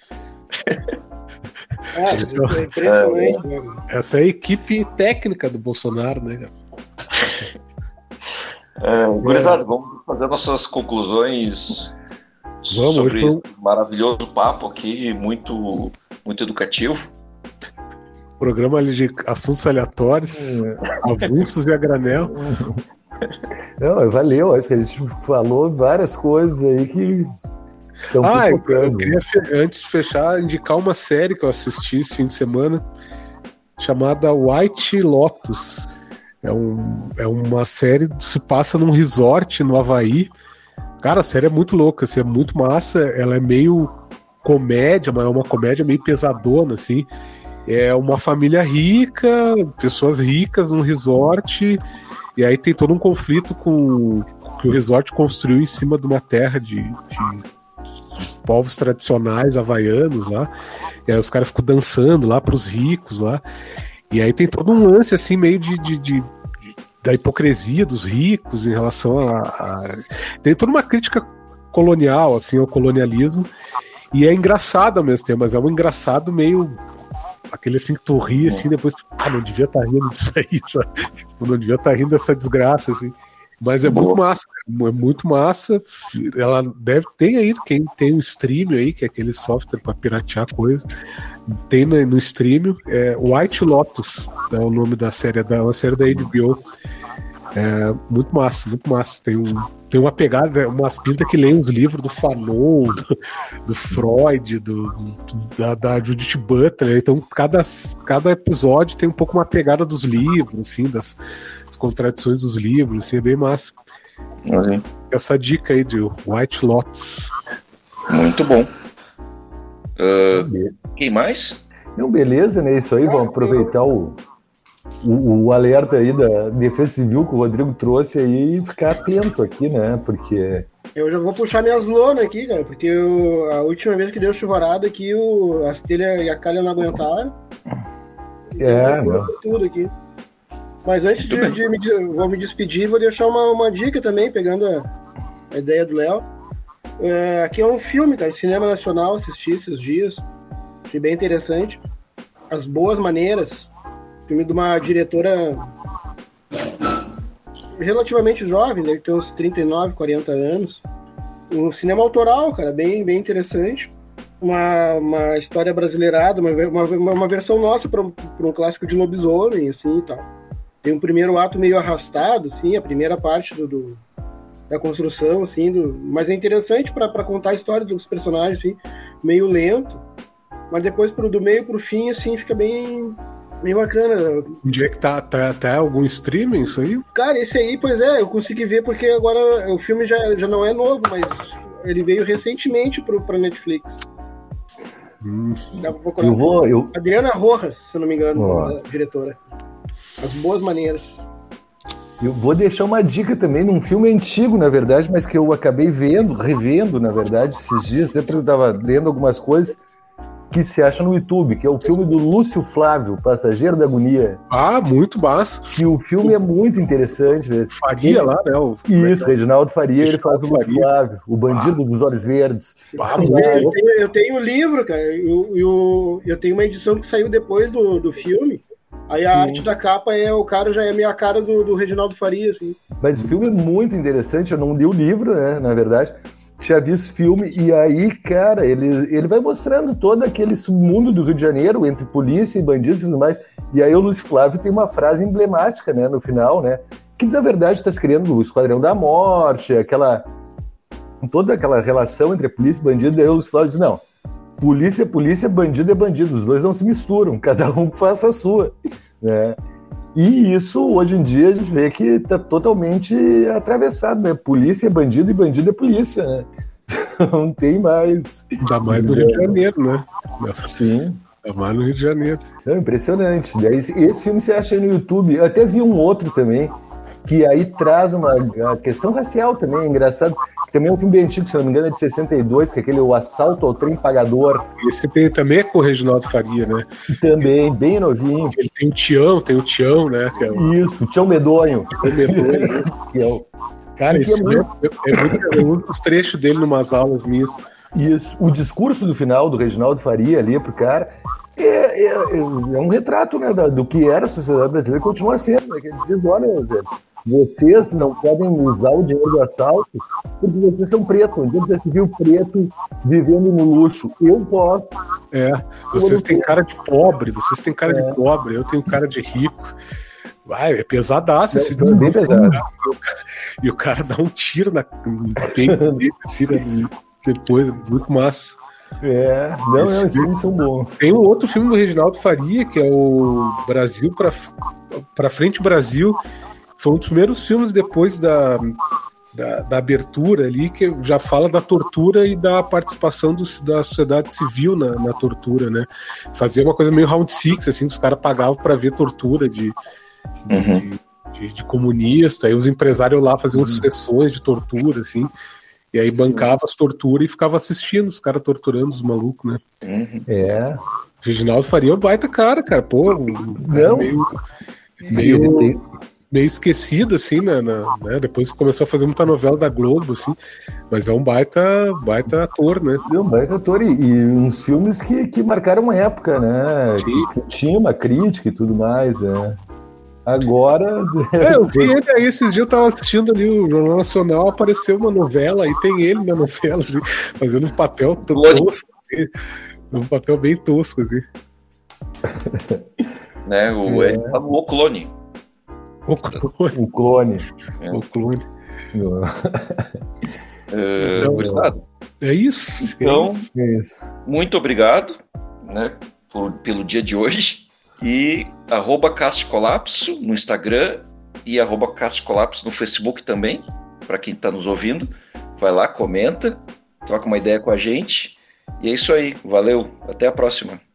É, então, é impressionante, né? Essa é a equipe técnica do Bolsonaro, né, cara? É, gurizada, vamos fazer nossas conclusões vamos, sobre o maravilhoso papo aqui, muito, muito educativo. Programa ali de assuntos aleatórios, avulsos e a granel. Não, valeu, acho que a gente falou várias coisas aí que estão ah, eu, eu queria, antes de fechar, indicar uma série que eu assisti esse fim de semana, chamada White Lotus. É, um, é uma série que se passa num resort no Havaí. Cara, a série é muito louca, assim, é muito massa. Ela é meio comédia, mas é uma comédia meio pesadona, assim. É uma família rica, pessoas ricas num resort, e aí tem todo um conflito com que o resort construiu em cima de uma terra de, de, de povos tradicionais havaianos lá. E aí os caras ficam dançando lá pros ricos lá. E aí tem todo um lance, assim, meio de, de, de, de da hipocrisia dos ricos em relação a, a... Tem toda uma crítica colonial, assim, ao colonialismo. E é engraçado ao mesmo tempo, mas é um engraçado meio... Aquele assim que tu ri, assim, depois tu... Ah, não devia estar tá rindo disso aí, sabe? Não devia estar tá rindo dessa desgraça, assim. Mas é muito massa, é muito massa. Ela deve... Tem aí, quem tem um stream aí, que é aquele software para piratear coisa... Tem no, no stream, é White Lotus, é o nome da série, é uma série da H B O. É muito massa, muito massa. Tem, um, tem uma pegada, umas pintas que leem os livros do Fanon, do, do Freud, do, do, da, da Judith Butler. Então, cada, cada episódio tem um pouco uma pegada dos livros, assim, das, das contradições dos livros, assim, é bem massa. Uhum. Essa dica aí de White Lotus. Muito bom. Uh, quem mais? Não, beleza, né? Isso aí, vamos aproveitar o, o, o alerta aí da Defesa Civil que o Rodrigo trouxe aí e ficar atento aqui, né? Porque... Eu já vou puxar minhas lonas aqui, cara, porque eu, a última vez que deu chuvarada aqui, o, as telhas e a calha não aguentaram. É, né? Tudo aqui. Mas antes de, de me, vou me despedir, vou deixar uma, uma dica também, pegando a, a ideia do Léo. É, aqui é um filme, cara, cinema nacional, assisti esses dias, achei bem interessante. As Boas Maneiras, filme de uma diretora relativamente jovem, deve ter uns trinta e nove, quarenta anos. Um cinema autoral, cara, bem, bem interessante. Uma, uma história brasileirada, uma, uma, uma versão nossa para um clássico de lobisomem, assim, e tal. Tem um primeiro ato meio arrastado, assim, a primeira parte do... do da construção, assim, do... mas é interessante para contar a história dos personagens, assim, meio lento, mas depois pro, do meio pro fim, assim, fica bem, bem bacana. Onde é que tá, tá, tá algum streaming isso aí? Cara, esse aí, pois é, eu consegui ver porque agora o filme já, já não é novo, mas ele veio recentemente pro, pra Netflix. Hum. Dá pra procurar. Eu vou, eu... Adriana Rojas, se eu não me engano, oh. a diretora. As Boas Maneiras. Eu vou deixar uma dica também num filme antigo, na verdade, mas que eu acabei vendo, revendo, na verdade, esses dias, até porque eu estava lendo algumas coisas, que se acha no YouTube, que é o filme do Lúcio Flávio, Passageiro da Agonia. Ah, muito massa. Que o filme é muito interessante. Né? Faria lá, né? O... Isso, Reginaldo Faria, ele faz o Lúcio Flávio, o bandido ah. dos olhos verdes. Ah, eu, tenho, eu tenho o livro, cara, eu, eu, eu tenho uma edição que saiu depois do, do filme. Aí a Sim. arte da capa é o cara já é a minha cara do, do Reginaldo Faria, assim. Mas o filme é muito interessante, eu não li o livro, né, na verdade, já vi esse filme, e aí, cara, ele, ele vai mostrando todo aquele submundo do Rio de Janeiro, entre polícia e bandidos e tudo mais, e aí o Lúcio Flávio tem uma frase emblemática, né, no final, né, que na verdade está se criando o Esquadrão da Morte, aquela, toda aquela relação entre a polícia e bandido, e aí o Lúcio Flávio diz, não, polícia é polícia, bandido é bandido. Os dois não se misturam, cada um faça a sua. Né? E isso, hoje em dia, a gente vê que está totalmente atravessado. Né? Polícia é bandido e bandido é polícia. Né? Não tem mais. Ainda mais no Rio de Janeiro, né? Sim. Ainda mais no Rio de Janeiro. É impressionante. Esse, esse filme você acha no YouTube. Eu até vi um outro também, que aí traz uma a questão racial também, é engraçado. Também é um filme bem antigo, se não me engano, é de sessenta e dois, que é aquele O Assalto ao Trem Pagador. Esse tem, também é com o Reginaldo Faria, né? Também, bem novinho. Ele tem o Tião, tem o Tião, né? Que é o... Isso, o Tião Medonho. O Medonho. Que é o... Cara, esse é muito... é muito... Eu uso os trechos dele numas aulas minhas. Isso. O discurso do final do Reginaldo Faria ali pro cara é, é, é um retrato, né, do que era a sociedade brasileira e continua sendo. Né? Ele diz, olha, velho, vocês não podem usar o dinheiro do assalto porque vocês são pretos. Então você se viu preto vivendo no luxo. Eu posso. É, vocês têm cara de pobre, vocês têm cara é. de pobre, eu tenho cara de rico. Vai, é pesadaço esse é bem pesado. E o cara dá um tiro na, no peito dele, assim, né, depois, muito massa. É, não, não, esses filmes são bons. Tem um outro filme do Reginaldo Faria, que é o Brasil pra, pra Frente Brasil. Foi um dos primeiros filmes depois da, da, da abertura ali, que já fala da tortura e da participação do, da sociedade civil na, na tortura, né? Fazia uma coisa meio round six, assim, os caras pagavam para ver tortura de, uhum. de, de, de comunista, aí os empresários lá faziam uhum. sessões de tortura, assim, e aí bancava as torturas e ficava assistindo os caras torturando os malucos, né? Uhum. É. Reginaldo Faria é um baita cara, cara, pô, um cara Não. meio... meio... Tem... meio esquecido, assim, né, na, né? Depois começou a fazer muita novela da Globo, assim, mas é um baita, baita ator, né? É um baita ator e, e uns filmes que, que marcaram uma época, né? Que, que tinha uma crítica e tudo mais, né? Agora... É, eu vi ele aí, esses dias eu tava assistindo ali o Jornal Nacional, apareceu uma novela, e tem ele na novela, assim, fazendo um papel tosco, assim, um papel bem tosco, assim. Né, o, é. o clone. O clone. O clone. É. O clone. É, Então, obrigado. É isso. Então, É isso. muito obrigado, né, por, pelo dia de hoje. E arroba Cast Colapso no Instagram e arroba Cast Colapso no Facebook também, para quem está nos ouvindo. Vai lá, comenta, troca uma ideia com a gente. E é isso aí. Valeu. Até a próxima.